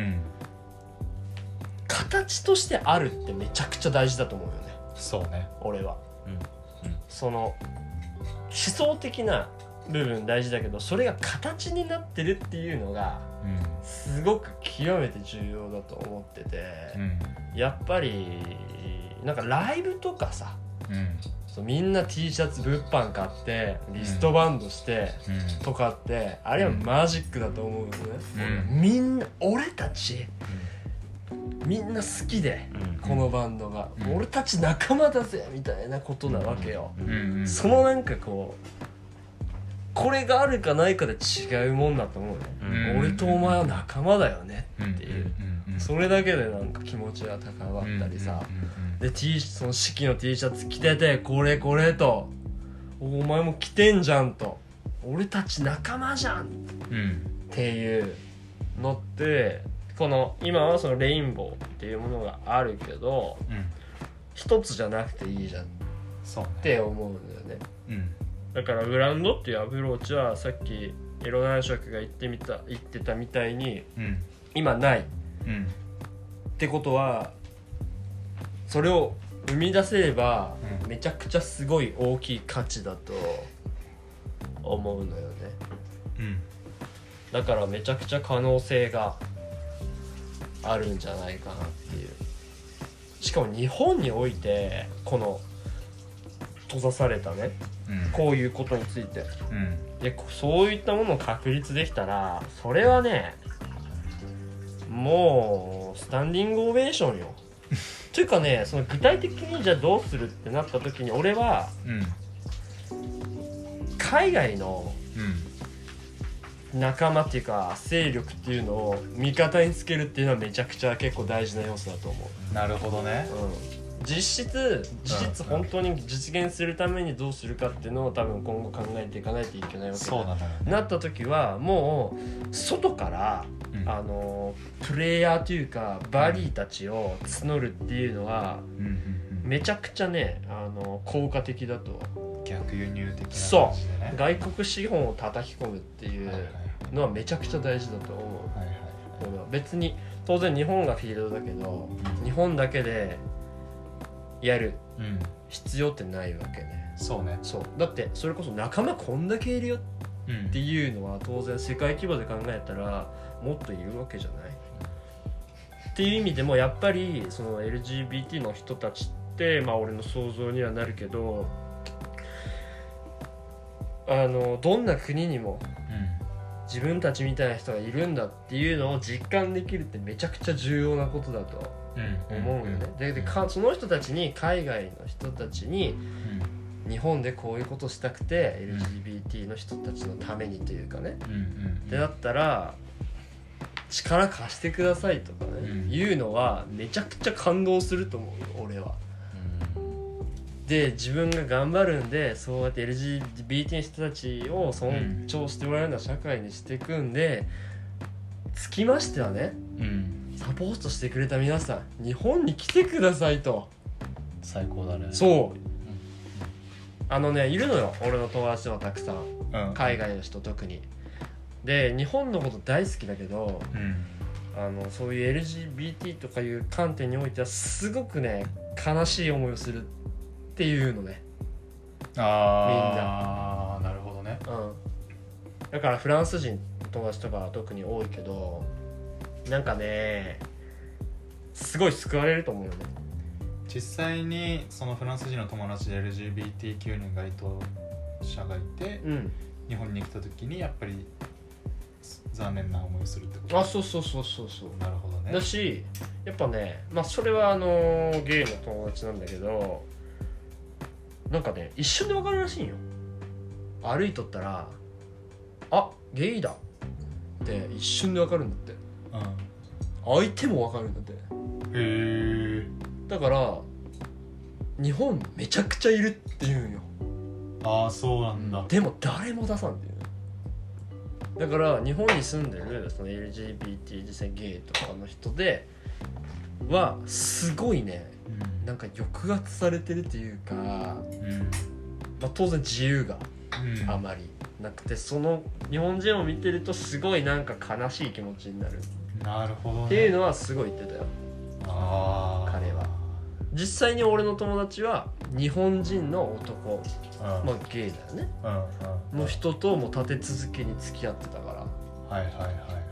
形としてあるってめちゃくちゃ大事だと思うよね。 そうね、 俺は、うんうん、その思想的な部分大事だけどそれが形になってるっていうのがすごく極めて重要だと思ってて、うん、やっぱりなんかライブとかさ、うん、そうみんな T シャツ物販買ってリストバンドしてとかって、うん、あれはマジックだと思うよね、うん、みんな俺たち、うん、みんな好きで、うん、このバンドが、うん、俺たち仲間だぜみたいなことなわけよ、うん、そのなんかこうこれがあるかないかで違うもんだと思うね、うん、俺とお前は仲間だよねっていう、うん、それだけでなんか気持ちが高まったりさ、うん、で T その四季の T シャツ着ててこれこれとお前も着てんじゃんと俺たち仲間じゃんっていうのってこの今はそのレインボーっていうものがあるけど、うん、一つじゃなくていいじゃんって思うんだよね、うん、だからブランドっていうアプローチはさっきエロ男爵が言ってみた言ってたみたいに、うん、今ない、うん、ってことはそれを生み出せれば、うん、めちゃくちゃすごい大きい価値だと思うのよね、うん、だからめちゃくちゃ可能性があるんじゃないかなっていう。しかも日本においてこの閉ざされたね、うん、こういうことについて、うん、でそういったものを確立できたらそれはねもうスタンディングオベーションよというかねその具体的にじゃあどうするってなった時に俺は、うん、海外の仲間っていうか勢力っていうのを味方につけるっていうのはめちゃくちゃ結構大事な要素だと思う。 なるほどね、 うん、実質事実本当に実現するためにどうするかっていうのを多分今後考えていかないといけないわけだ。 そうだね。 なった時はもう外から、うん、あのプレイヤーというかバディたちを募るっていうのは、うん、めちゃくちゃねあの効果的だと。 逆輸入的な感じでね。 そう外国資本を叩き込むっていうのはめちゃくちゃ大事だと思う、はいはいはい、別に当然日本がフィールドだけど、うん、日本だけでやる必要ってないわけね、 うん、そうね。 そうだってそれこそ仲間こんだけいるよっていうのは当然世界規模で考えたらもっといるわけじゃない、うん、っていう意味でもやっぱりその エルジービーティー の人たちってまあ俺の想像にはなるけどあのどんな国にも自分たちみたいな人がいるんだっていうのを実感できるってめちゃくちゃ重要なことだと思うよね、うん、ででかその人たちに海外の人たちに、うん、日本でこういうことしたくて エルジービーティー の人たちのためにというかね、うんうん、でだったら力貸してくださいとかね、うん、いうのはめちゃくちゃ感動すると思うよ俺は。で自分が頑張るんでそうやって エルジービーティー の人たちを尊重してもらえるような社会にしていくんで、うん、つきましてはね、うん、サポートしてくれた皆さん日本に来てくださいと。 最高だね。 そう、うん、あのねいるのよ俺の友達はたくさん、うん、海外の人特に。で日本のこと大好きだけど、うん、あのそういう エルジービーティー とかいう観点においてはすごくね悲しい思いをするっていうのね。 ああなるほどね、 うん、だからフランス人友達とかは特に多いけどなんかねすごい救われると思うよね。 実際にそのフランス人の友達で エルジービーティーキュー の該当者がいて、うん、日本に来た時にやっぱり残念な思いをするってこと。 あそうそうそうそうそう。 なるほどね。 だしやっぱねまあそれはあのゲイの友達なんだけどなんかね一瞬で分かるらしいんよ。歩いとったらあゲイだって一瞬で分かるんだって、うん、相手も分かるんだって。 へえ。 だから日本めちゃくちゃいるって言うんよ。 ああそうなんだ。 でも誰も出さんっていう。だから日本に住んでるその エルジービーティー 実際ゲイとかの人ではすごいね、うん、なんか抑圧されてるというか、うんまあ、当然自由があまりなくて、その日本人を見てるとすごいなんか悲しい気持ちになる。 なるほど、ね、 っていうのはすごい言ってたよ。 あ彼は実際に俺の友達は日本人の男、うん、まあゲイだよね、うんうん、の人とも立て続けに付き合ってたから、 はいはいはい、はい、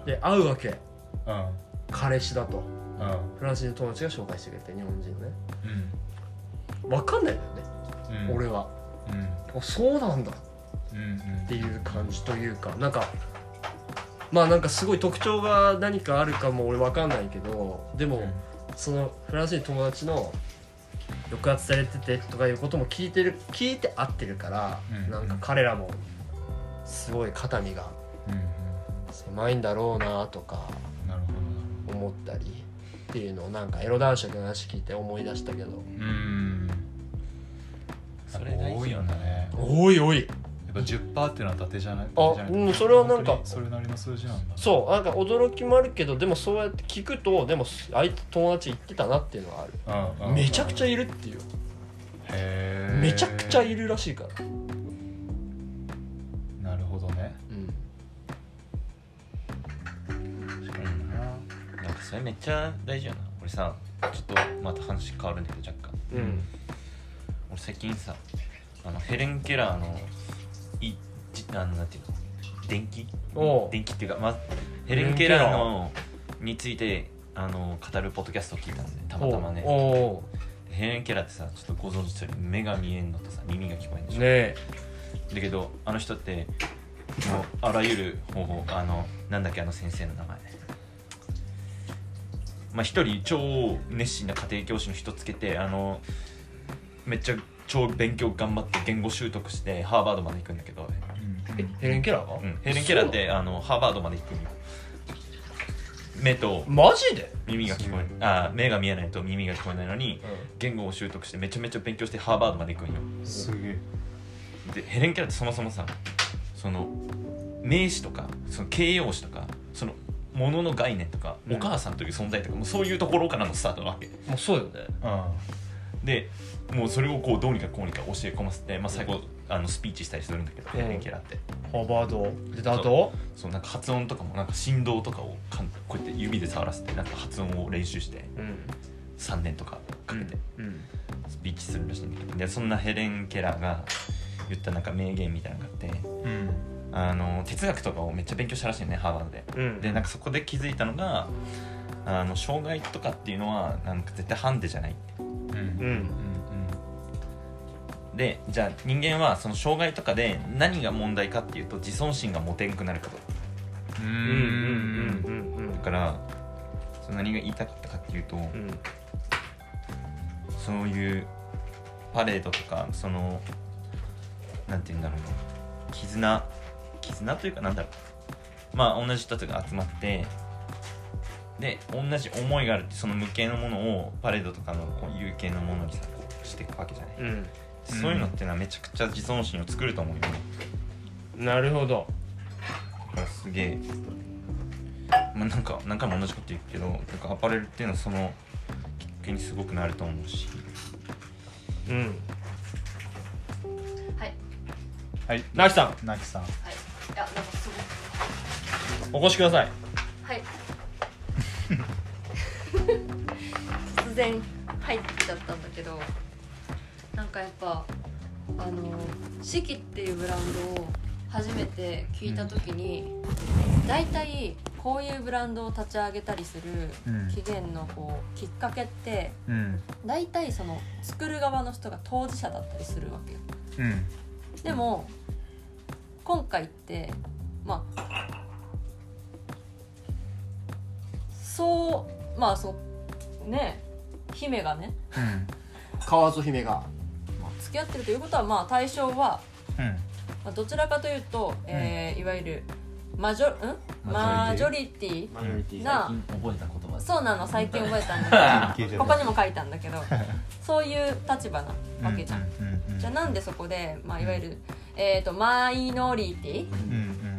で会うわけ、うん、彼氏だと、 うん、 フランス人の友達が紹介してくれて日本人のね、うん、分かんないんだよね、うん、俺は、うん、そうなんだ、うんうん、っていう感じというか、なんかまあなんかすごい特徴が何かあるかも俺分かんないけど、でも、うん、そのフランス人友達の抑圧されててとかいうことも聞いてる聞いて合ってるから、うん、なんか彼らもすごい肩身が狭いんだろうなとか思ったりっていうのをなんかエロ男爵の話聞いて思い出したけど、うん、 それ多いよね。 多い多い。 やっぱ じゅっパーセント っていうのは伊達じゃない？ あ、うん、それはなんかそれなりの数字なんだ。 そうなんか驚きもあるけど、でもそうやって聞くとでも相手友達言ってたなっていうのはある、うん、めちゃくちゃいるっていう。 へー、 めちゃくちゃいるらしいから。 なるほどね、 うん、確かにな。なんかそれめっちゃ大事よな。俺さ、ちょっとまた話変わるんだけど若干、うん、俺最近さ、あのヘレン・ケラーのいじあのなんていうの電気電気っていうか、まあ、ヘレン・ケラーのについてあの語るポッドキャストを聞いたんで、たまたまね。おヘレン・ケラーってさ、ちょっとご存知のように目が見えんのとさ耳が聞こえんでしょ、ね、だけどあの人ってもうあらゆる方法、あのなんだっけあの先生の名前、まあ一人超熱心な家庭教師の人つけて、あのめっちゃ超勉強頑張って言語習得してハーバードまで行くんだけど、 うん、ヘレン・ケラーが、 うん、ヘレン・ケラーってあのハーバードまで行くんよ。目とマジで耳が聞こえあ目が見えないと耳が聞こえないのに、うん、言語を習得してめちゃめちゃ勉強してハーバードまで行くんよ。 すげえ。 でヘレン・ケラーってそもそもさ、その名詞とかその形容詞とかそのものの概念とか、うん、お母さんという存在とかもうそういうところからのスタートなわけ。 もうそうよね、 うん、でもうそれをこうどうにかこうにか教え込ませて、まあ、最後、うん、あのスピーチしたりするんだけど、ヘレン・ケラーってハーバード出た後、 そうなんか発音とかもなんか振動とかをかんこうやって指で触らせてなんか発音を練習して、うん、さんねんとかかけてスピーチするらしいんだけど、でそんなヘレン・ケラーが言ったなんか名言みたいなのがあって、うん、あの哲学とかをめっちゃ勉強したらしいよね、ハーバードで、うん、でなんかそこで気づいたのが、あの障害とかっていうのはなんか絶対ハンデじゃないって、うんうんでじゃあ人間はその障害とかで何が問題かっていうと自尊心が持てんくなること。うんうんうんうん。だからその何が言いたかったかっていうと、うん、そういうパレードとかそのなんて言うんだろうな、絆絆というかなんだろう、まあ同じ人たちが集まってで同じ思いがあるってその無形のものをパレードとかのこう有形のものにさこうしていくわけじゃない。うん、そういうのってのはめちゃくちゃ自尊心を作ると思うよね。 なるほど。 だからすげえ、まあ、なんか何回も同じこと言うけど、なんかアパレルっていうのはそのきっかけにすごくなると思うし。うん。 はい。 はい。なきさん。 なきさん。はい。 いやなんかすごい。お越しください。 はい。突然入っちゃったんだけど。なんかやっぱあの四季っていうブランドを初めて聞いた時に、うん、だいたいこういうブランドを立ち上げたりする起源のこうきっかけって、うん、だいたいその作る側の人が当事者だったりするわけよ、うん、でも今回ってまあそうまあそうね姫がね、 うん、河津姫が付き合ってるということは、まあ対象は、うんまあ、どちらかというと、うんえー、いわゆるマジョ、んマジョリティな、 最近覚えた言葉、 そうなの最近覚えたんだけどここにも書いたんだけどそういう立場なわけじゃん、うんうんうん、じゃあなんでそこで、まあ、いわゆる、うんえー、とマイノリティ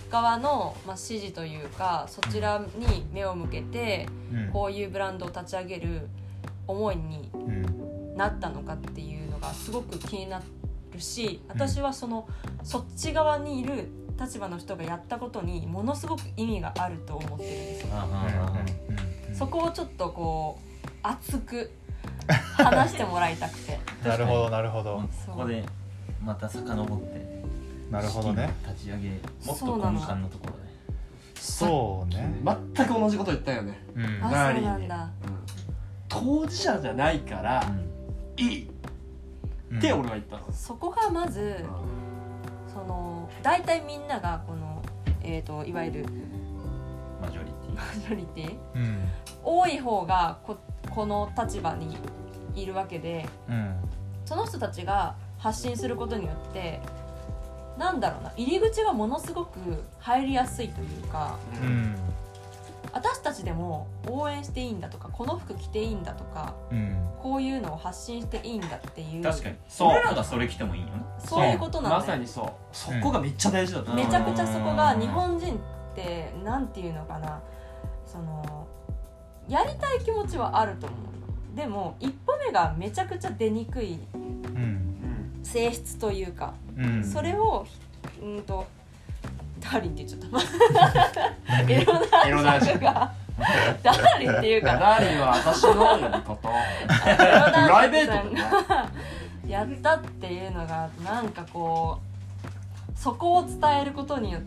側の、まあ、支持というかそちらに目を向けて、 うん、 こういうブランドを立ち上げる思いになったのかっていうのがすごく気になるし、私はそのそっち側にいる立場の人がやったことにものすごく意味があると思ってるんですよ。そこをちょっとこう熱く話してもらいたくてなるほどなるほど。 ここでまた遡ってなるほどね、 立ち上げもっと根幹のところでそうね全く同じこと言ったよね、 うん、 あダーリンにそうなんだ、 当事者じゃないから、うん、いいって俺は言ったの、 そこがまず、その大体みんながこの、えーと、いわゆるマジョリティマジョリティ、 うん、 多い方が こ, この立場にいるわけで、 うん、 その人たちが発信することによってなんだろうな、入り口がものすごく入りやすいというか、 うん、 私たちでも応援していいんだとか、この服着ていいんだとか、うん、こういうのを発信していいんだっていう、 確かに俺らがそれ着てもいいよね。 そういうことなんだよ、 まさにそう、そこがめっちゃ大事だと、 めちゃくちゃそこが日本人ってなんていうのかな、そのやりたい気持ちはあると思うの。でも一歩目がめちゃくちゃ出にくい性質というか、うん、それをうんとダーリンって言っちゃったエロ男爵がダーリンっていうかダーリンは私の呼び方プライベートがやったっていうのがなんかこうそこを伝えることによって、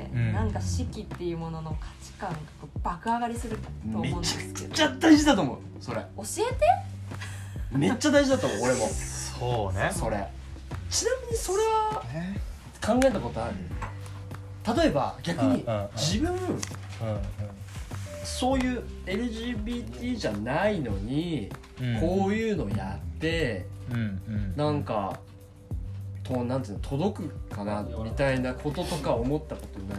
うん、なんか四季っていうものの価値観が爆上がりすると思うんですけど、 めちゃくちゃ大事だと思う。それ教えてめっちゃ大事だと思う俺もそうね。 それちなみにそれは考えたことある？例えば逆に自分そういう エルジービーティー じゃないのにこういうのやってなんかとなんていうの届くかなみたいなこととか思ったことない？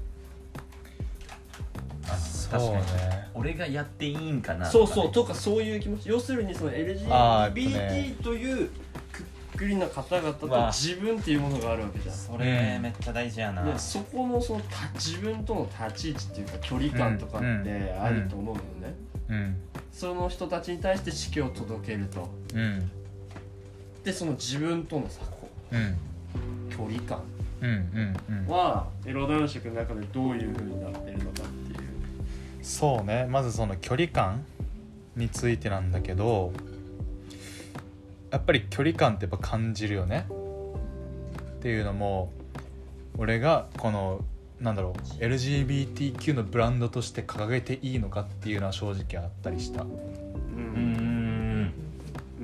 確かに俺がやっていいんかなそうそうとかそういう気持ち。要するにその エルジービーティー というくくりな方々と自分っていうものがあるわけじゃん。 それめっちゃ大事やな。 でそこのその自分との立ち位置っていうか距離感とかってあると思うのね、うんうん、その人たちに対して指揮を届けると、うん、でその自分との差、うん、距離感はエロ男爵の中でどういう風になってるのかっていう。 そうね、まずその距離感についてなんだけど、やっぱり距離感ってやっぱ感じるよねっていうのも、俺がこのなんだろう エルジービーティーキュー のブランドとして掲げていいのかっていうのは正直あったりした。うんうんうんうん、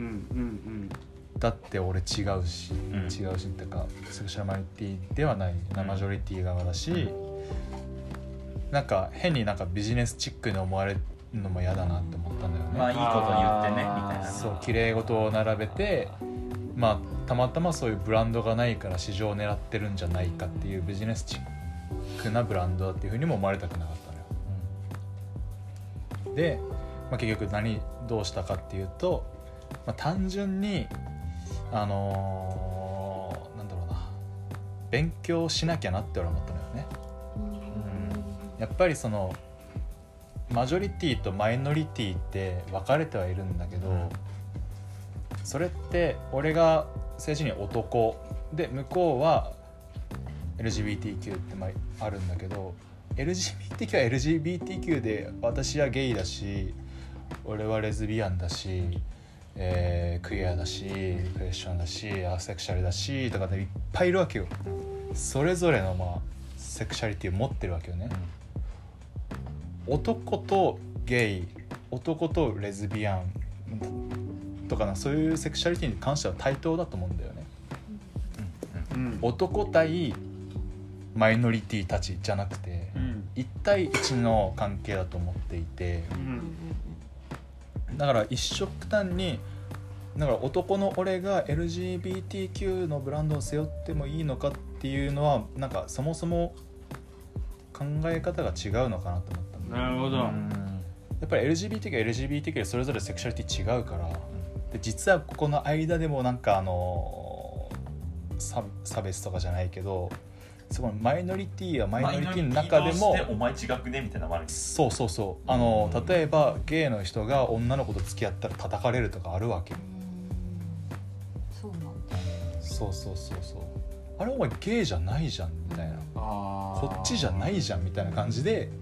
だって俺違うし、うん、違うしってかセクシュアルマイノリティではないな、マジョリティ側だし、なんか変になんかビジネスチックに思われるのも嫌だなって思ったんだよね。 まあいいこと言ってねみたいな。 そう綺麗事を並べて、まあたまたまそういうブランドがないから市場を狙ってるんじゃないかっていうビジネスチックなブランドだっていう風にも思われたくなかったのよ、うん、で、まあ、結局何どうしたかっていうと、まあ、単純にあのー、なんだろうな勉強しなきゃなって俺は思ったのよね。やっぱりそのマジョリティとマイノリティって分かれてはいるんだけど、うん、それって俺が政治に男で向こうは エルジービーティーキュー ってあるんだけど、 エルジービーティーキュー は エルジービーティーキュー で私はゲイだし俺はレズビアンだし、えー、クイアだしクエスチョンだしアセクシャルだしとかでいっぱいいるわけよ。それぞれのまあセクシャリティを持ってるわけよね、うん、男とゲイ、男とレズビアンとかな、そういうセクシャリティに関しては対等だと思うんだよね、うんうん、男対マイノリティたちじゃなくて、うん、いち対いちの関係だと思っていて、うん、だから一緒くたんにだから男の俺が エルジービーティーキュー のブランドを背負ってもいいのかっていうのはなんかそもそも考え方が違うのかなと思ったんだ。 なるほど。 やっぱり エルジービーティーキュー は エルジービーティーキュー でそれぞれセクシャリティ違うから、で実はここの間でもなんかあの 差, 差別とかじゃないけどそこのマイノリティはマイノリティの中でもお前違くねみたいなのもある。 そうそうそうあの例えばゲイの人が女の子と付き合ったら叩かれるとかあるわけ。 そうなんだ。 そうそうそうそうあれお前ゲイじゃないじゃんみたいな、 あこっちじゃないじゃんみたいな感じで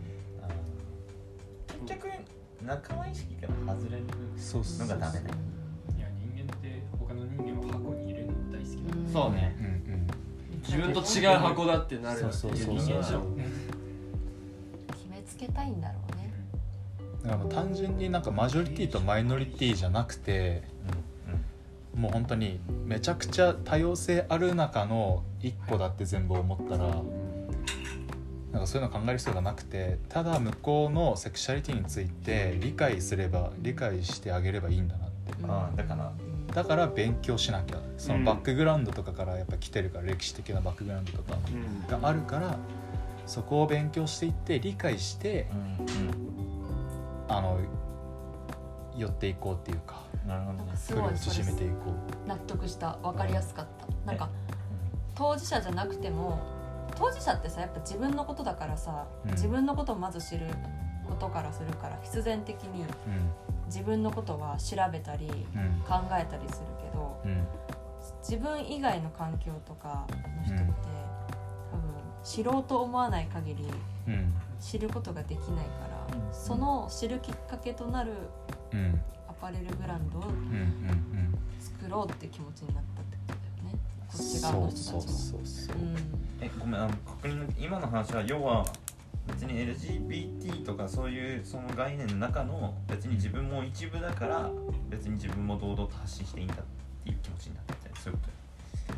結局仲間意識から外れるそうそうのがダメね。 いや人間って他の人間を箱に入れるの大好きだ、 うんそうねうんうん自分と違う箱だってなるそうそうそうそう人間じゃん決めつけたいんだろうね。 だから単純になんかマジョリティとマイノリティじゃなくてもう本当にめちゃくちゃ多様性ある中の一個だって全部思ったらなんかそういうの考える必要がなくてただ向こうのセクシャリティについて理解すれば理解してあげればいいんだなってああだからだから勉強しなきゃそのバックグラウンドとかからやっぱ来てるから歴史的なバックグラウンドとかがあるからそこを勉強していって理解してあの寄っていこうっていうかなるほどね。 距離を縮めていこ納得した。分かりやすかった。なんか当事者じゃなくても当事者ってさやっぱ自分のことだからさ、うん、自分のことをまず知ることからするから必然的に自分のことは調べたり、うん、考えたりするけど、うん、自分以外の環境とかの人って、うん、多分知ろうと思わない限り、うん、知ることができないから、うん、その知るきっかけとなるアパレルブランドを作ろうって気持ちになったってことだよね。こっち側の人たちも。そうそうそうそう、うん、 えごめんあの確認の今の話は要は別に エルジービーティー とかそういうその概念の中の別に自分も一部だから別に自分も堂々と発信していいんだっていう気持ちになってたりそういうこと、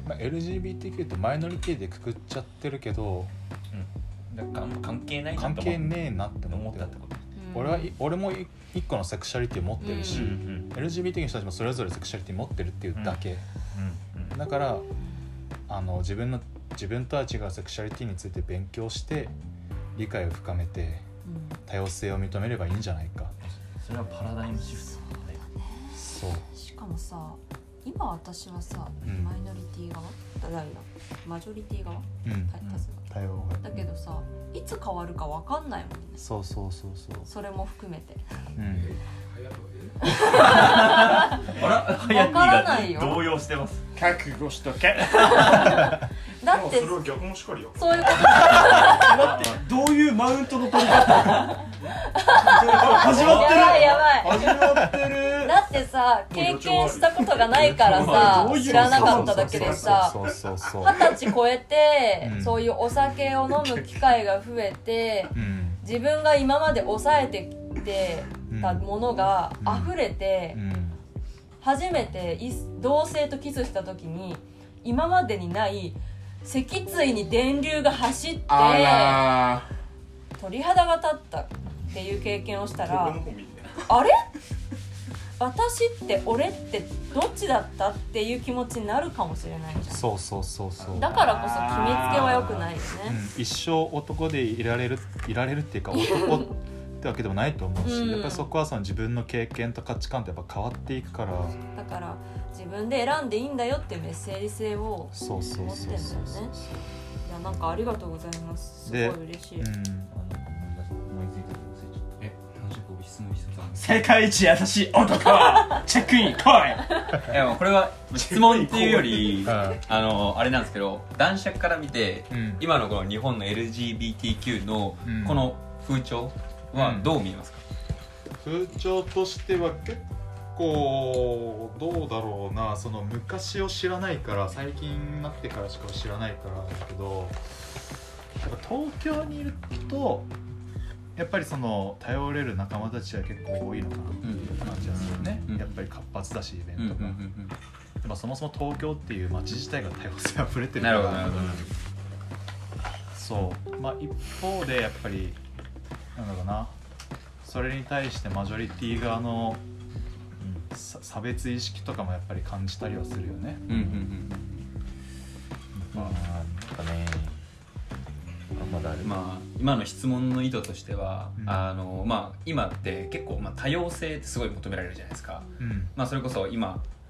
まあ、エルジービーティーキュー とマイノリティでくくっちゃってるけど、 うん、だから関係ないな関係ねえなって思ってたってこと、 うん、俺は俺も一個のセクシャリティ持ってるし、うんうん、エルジービーティー の人たちもそれぞれセクシャリティ持ってるっていうだけ、うんうんうん、だからあの自分の自分とは違うセクシャリティについて勉強して理解を深めて多様性を認めればいいんじゃないか。 それはパラダイムシフトだよね。 そうしかもさ今私はさ、うん、マイノリティ側だマジョリティ側、うん、 多様がだけどさいつ変わるか分かんないもんね。 そうそうそうそうそれも含めて、 うんあら、 分からないよ。 動揺してます。 覚悟しとけ。 だってそれは逆もしかりよ。 そういうこと待ってどういうマウントの取り方始まってるやばいやばい始まってるだってさ経験したことがないからさ知らなかっただけでさ二十歳超えて、うん、そういうお酒を飲む機会が増えて、うん、自分が今まで抑えてきてたものが溢れて、うんうん、初めて同性とキスした時に今までにない脊椎に電流が走って鳥肌が立ったっていう経験をしたらあれ私って俺ってどっちだったっていう気持ちになるかもしれないじゃん。 そうそうそうそうだからこそ決めつけは良くないよね、 うん、一生男でいられるいられるっていうか男ってわけでもないと思うし、うん、やっぱりそこはその自分の経験と価値観ってやっぱ変わっていくからだから自分で選んでいいんだよってメッセージ性を持ってんだよね。いやなんかありがとうございます。すごい嬉しい。うん、 え、男爵質問一つ世界一優しい男はチェックイン来い。 いやこれは質問っていうよりあのあれなんですけど男爵から見て、うん、今のこの日本の エルジービーティーキュー のこの風潮はどう見えますか？ うん、風潮としては結構どうだろうな、その昔を知らないから最近になってからしか知らないからだけど、やっぱ東京にいるとやっぱりその頼れる仲間たちは結構多いのかなっていう感じがするね、うん、やっぱり活発だしイベントが、うんうんうんうん、やっぱそもそも東京っていう街自体が多様性あふれてるから、なるほどなるほど、そうまあ一方でやっぱりなんだろうな、それに対してマジョリティ側の、うん、差別意識とかもやっぱり感じたりはするよね。うんうんうん。 まあなんかね、 まだある。まあ今の質問の意図としては、うん、あのまあ今って結構まあ多様性ってすごい求められるじゃないですか。うん、まあそれこそ今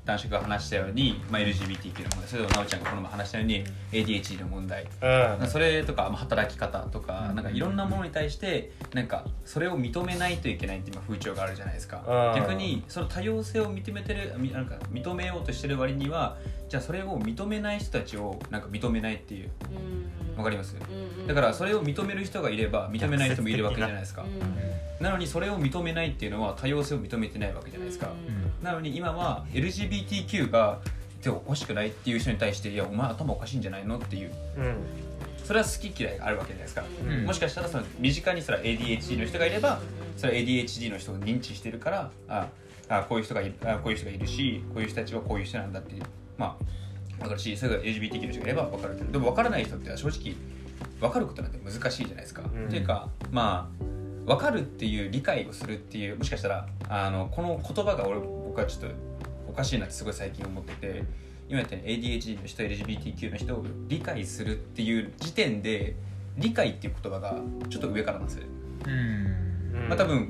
男子が話したように、まあ、エルジービーティーキュー の問題、それともなおちゃんがこの前話したように エーディーエイチディー の問題、うん、それとか、まあ、働き方とか、なんかいろんなものに対してなんかそれを認めないといけないっていう風潮があるじゃないですか、うん、逆にその多様性を認めてる、なんか認めようとしてる割には、じゃあそれを認めない人たちをなんか認めないっていう、わかります？だからそれを認める人がいれば認めない人もいるわけじゃないですか。なのにそれを認めないっていうのは多様性を認めてないわけじゃないですか。なのに今は エルジービーティーキュー がおかしくないっていう人に対して、いやお前頭おかしいんじゃないのっていう、それは好き嫌いがあるわけじゃないですか。もしかしたらその身近にそれは エーディーエイチディー の人がいれば、それは エーディーエイチディー の人を認知してるから、ああこういう人がいる、あこういう人がいるし、こういう人たちはこういう人なんだっていう、まあ分かるし、それが エルジービーティーキュー の人がいれば分かるけど、でも分からない人って正直分かることなんて難しいじゃないですか。うん、っていうかまあ分かるっていう理解をするっていう、もしかしたらあのこの言葉が俺僕はちょっとおかしいなってすごい最近思ってて、今言ったように エーディーエイチディー の人 エルジービーティーキュー の人を理解するっていう時点で理解っていう言葉がちょっと上からなんですよ。うんまあ多分、うん、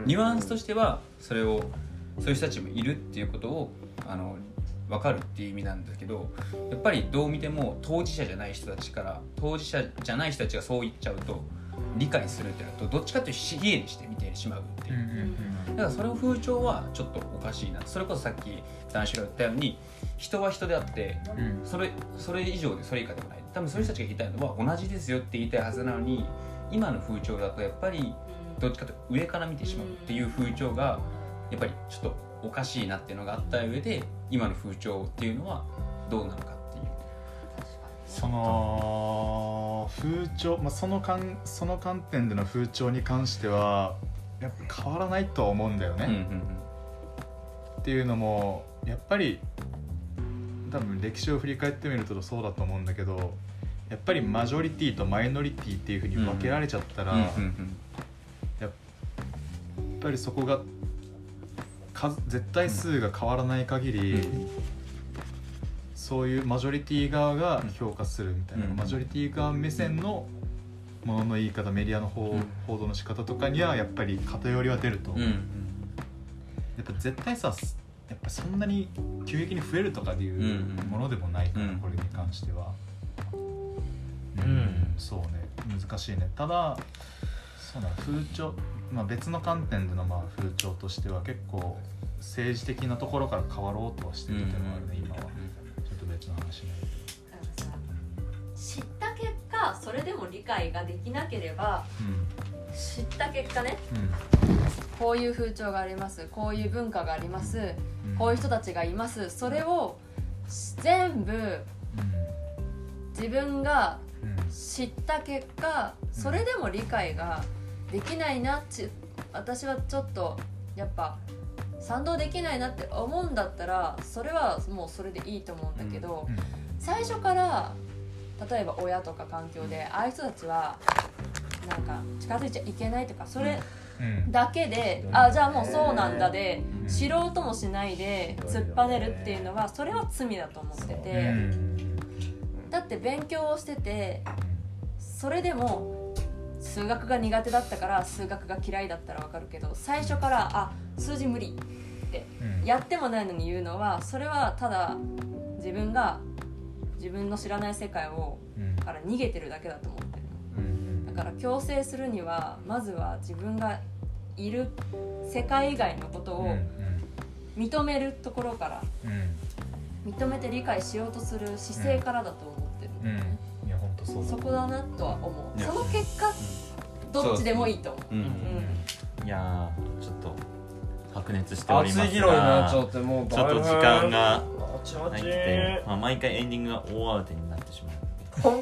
ニュアンスとしてはそれをそういう人たちもいるっていうことをあの分かるっていう意味なんだけど、やっぱりどう見ても当事者じゃない人たちから当事者じゃない人たちがそう言っちゃうと理解するってなるとどっちかっていうと比叡にして見てしまうっていう、うんうんうん、だからその風潮はちょっとおかしいな。それこそさっき男子が言ったように人は人であって、うん、それそれ以上でそれ以下でもない。多分そういう人たちが言いたいのは同じですよって言いたいはずなのに、今の風潮だとやっぱりどっちかというと上から見てしまうっていう風潮がやっぱりちょっとおかしいなっていうのがあった上で、今の風潮っていうのはどうなのかっていう、 その風潮、まあ、その観その観点での風潮に関してはやっぱ変わらないとは思うんだよね、うんうんうん、っていうのもやっぱり多分歴史を振り返ってみるとそうだと思うんだけど、やっぱりマジョリティとマイノリティっていう風に分けられちゃったら、うんうんうんうん、やっぱりそこが絶対数が変わらない限り、うん、そういうマジョリティ側が評価するみたいな、うん、マジョリティ側目線のものの言い方、メディアの報、うん、報道の仕方とかにはやっぱり偏りは出ると思う、うんうん、やっぱ絶対さ、やっぱそんなに急激に増えるとかでいうものでもないから、うん、これに関しては、うんうん、そうね、難しいね。ただそうな風潮、まあ、別の観点でのまあ風潮としては結構政治的なところから変わろうとはしてる点もあるね、うん、今はちょっと別の話ね。 だからさ、知った結果それでも理解ができなければ、うん、知った結果ね、うん、こういう風潮があります、こういう文化があります、うん、こういう人たちがいます、それを全部、うん、自分が知った結果、それでも理解ができないなって、私はちょっとやっぱ賛同できないなって思うんだったら、それはもうそれでいいと思うんだけど、うんうん、最初から例えば親とか環境でああいう人たちはなんか近づいちゃいけないとか、それだけで、うん、あじゃあもうそうなんだで、うん、知ろうともしないで突っぱねるっていうのはそれは罪だと思ってて、うん、だって勉強をしててそれでも数学が苦手だったから数学が嫌いだったら分かるけど、最初からあ数字無理ってやってもないのに言うのは、それはただ自分が自分の知らない世界をから逃げてるだけだと思ってる。だから強制するにはまずは自分がいる世界以外のことを認めるところから認めて理解しようとする姿勢からだと思ってるんだよね。 いや本当そうだ。 そこだなとは思う。その結果どっちでもいいと思う。うんうんうん、いやちょっと白熱しておりますが、 熱い議論になっちゃって、もうちょっと時間が入ってて、まあ、毎回エンディングが大慌てになってしまう。ほん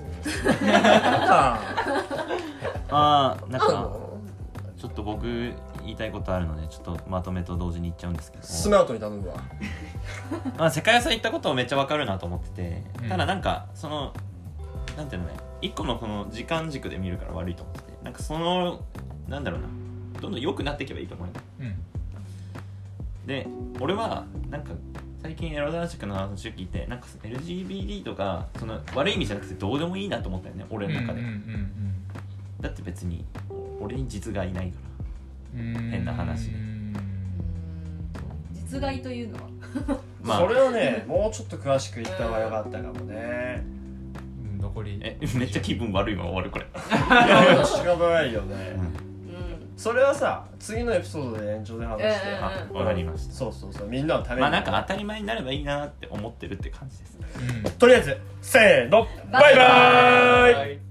あーなんかちょっと僕言いたいことあるのでちょっとまとめと同時に言っちゃうんですけど、 スマートに頼むわまあ世界遺産行ったこともめっちゃわかるなと思ってて、うん、ただなんかそのなんていうのね、一個のこの時間軸で見るから悪いと思ってて、なんかそのなんだろうな、どんどん良くなっていけばいいと思うよ、うん、で俺はなんか最近エロ男爵の話を聞いて、なんか エルジービーティー とかその悪い意味じゃなくてどうでもいいなと思ったよね、俺の中で、うんうんうんうん、だって別に俺に実がいないから、変な話で、 実害というのはまあ、それをねもうちょっと詳しく言った方がよかったかもね、 うん、残りえめっちゃ気分悪いまま終わるこれいや仕方ないよね、うん、それはさ次のエピソードで延長で話して、 うんうん、わかりました。 そうそうそう、みんなのために、 まあなんか当たり前になればいいなって思ってるって感じですね、 うん、とりあえずせーのバイバーイ。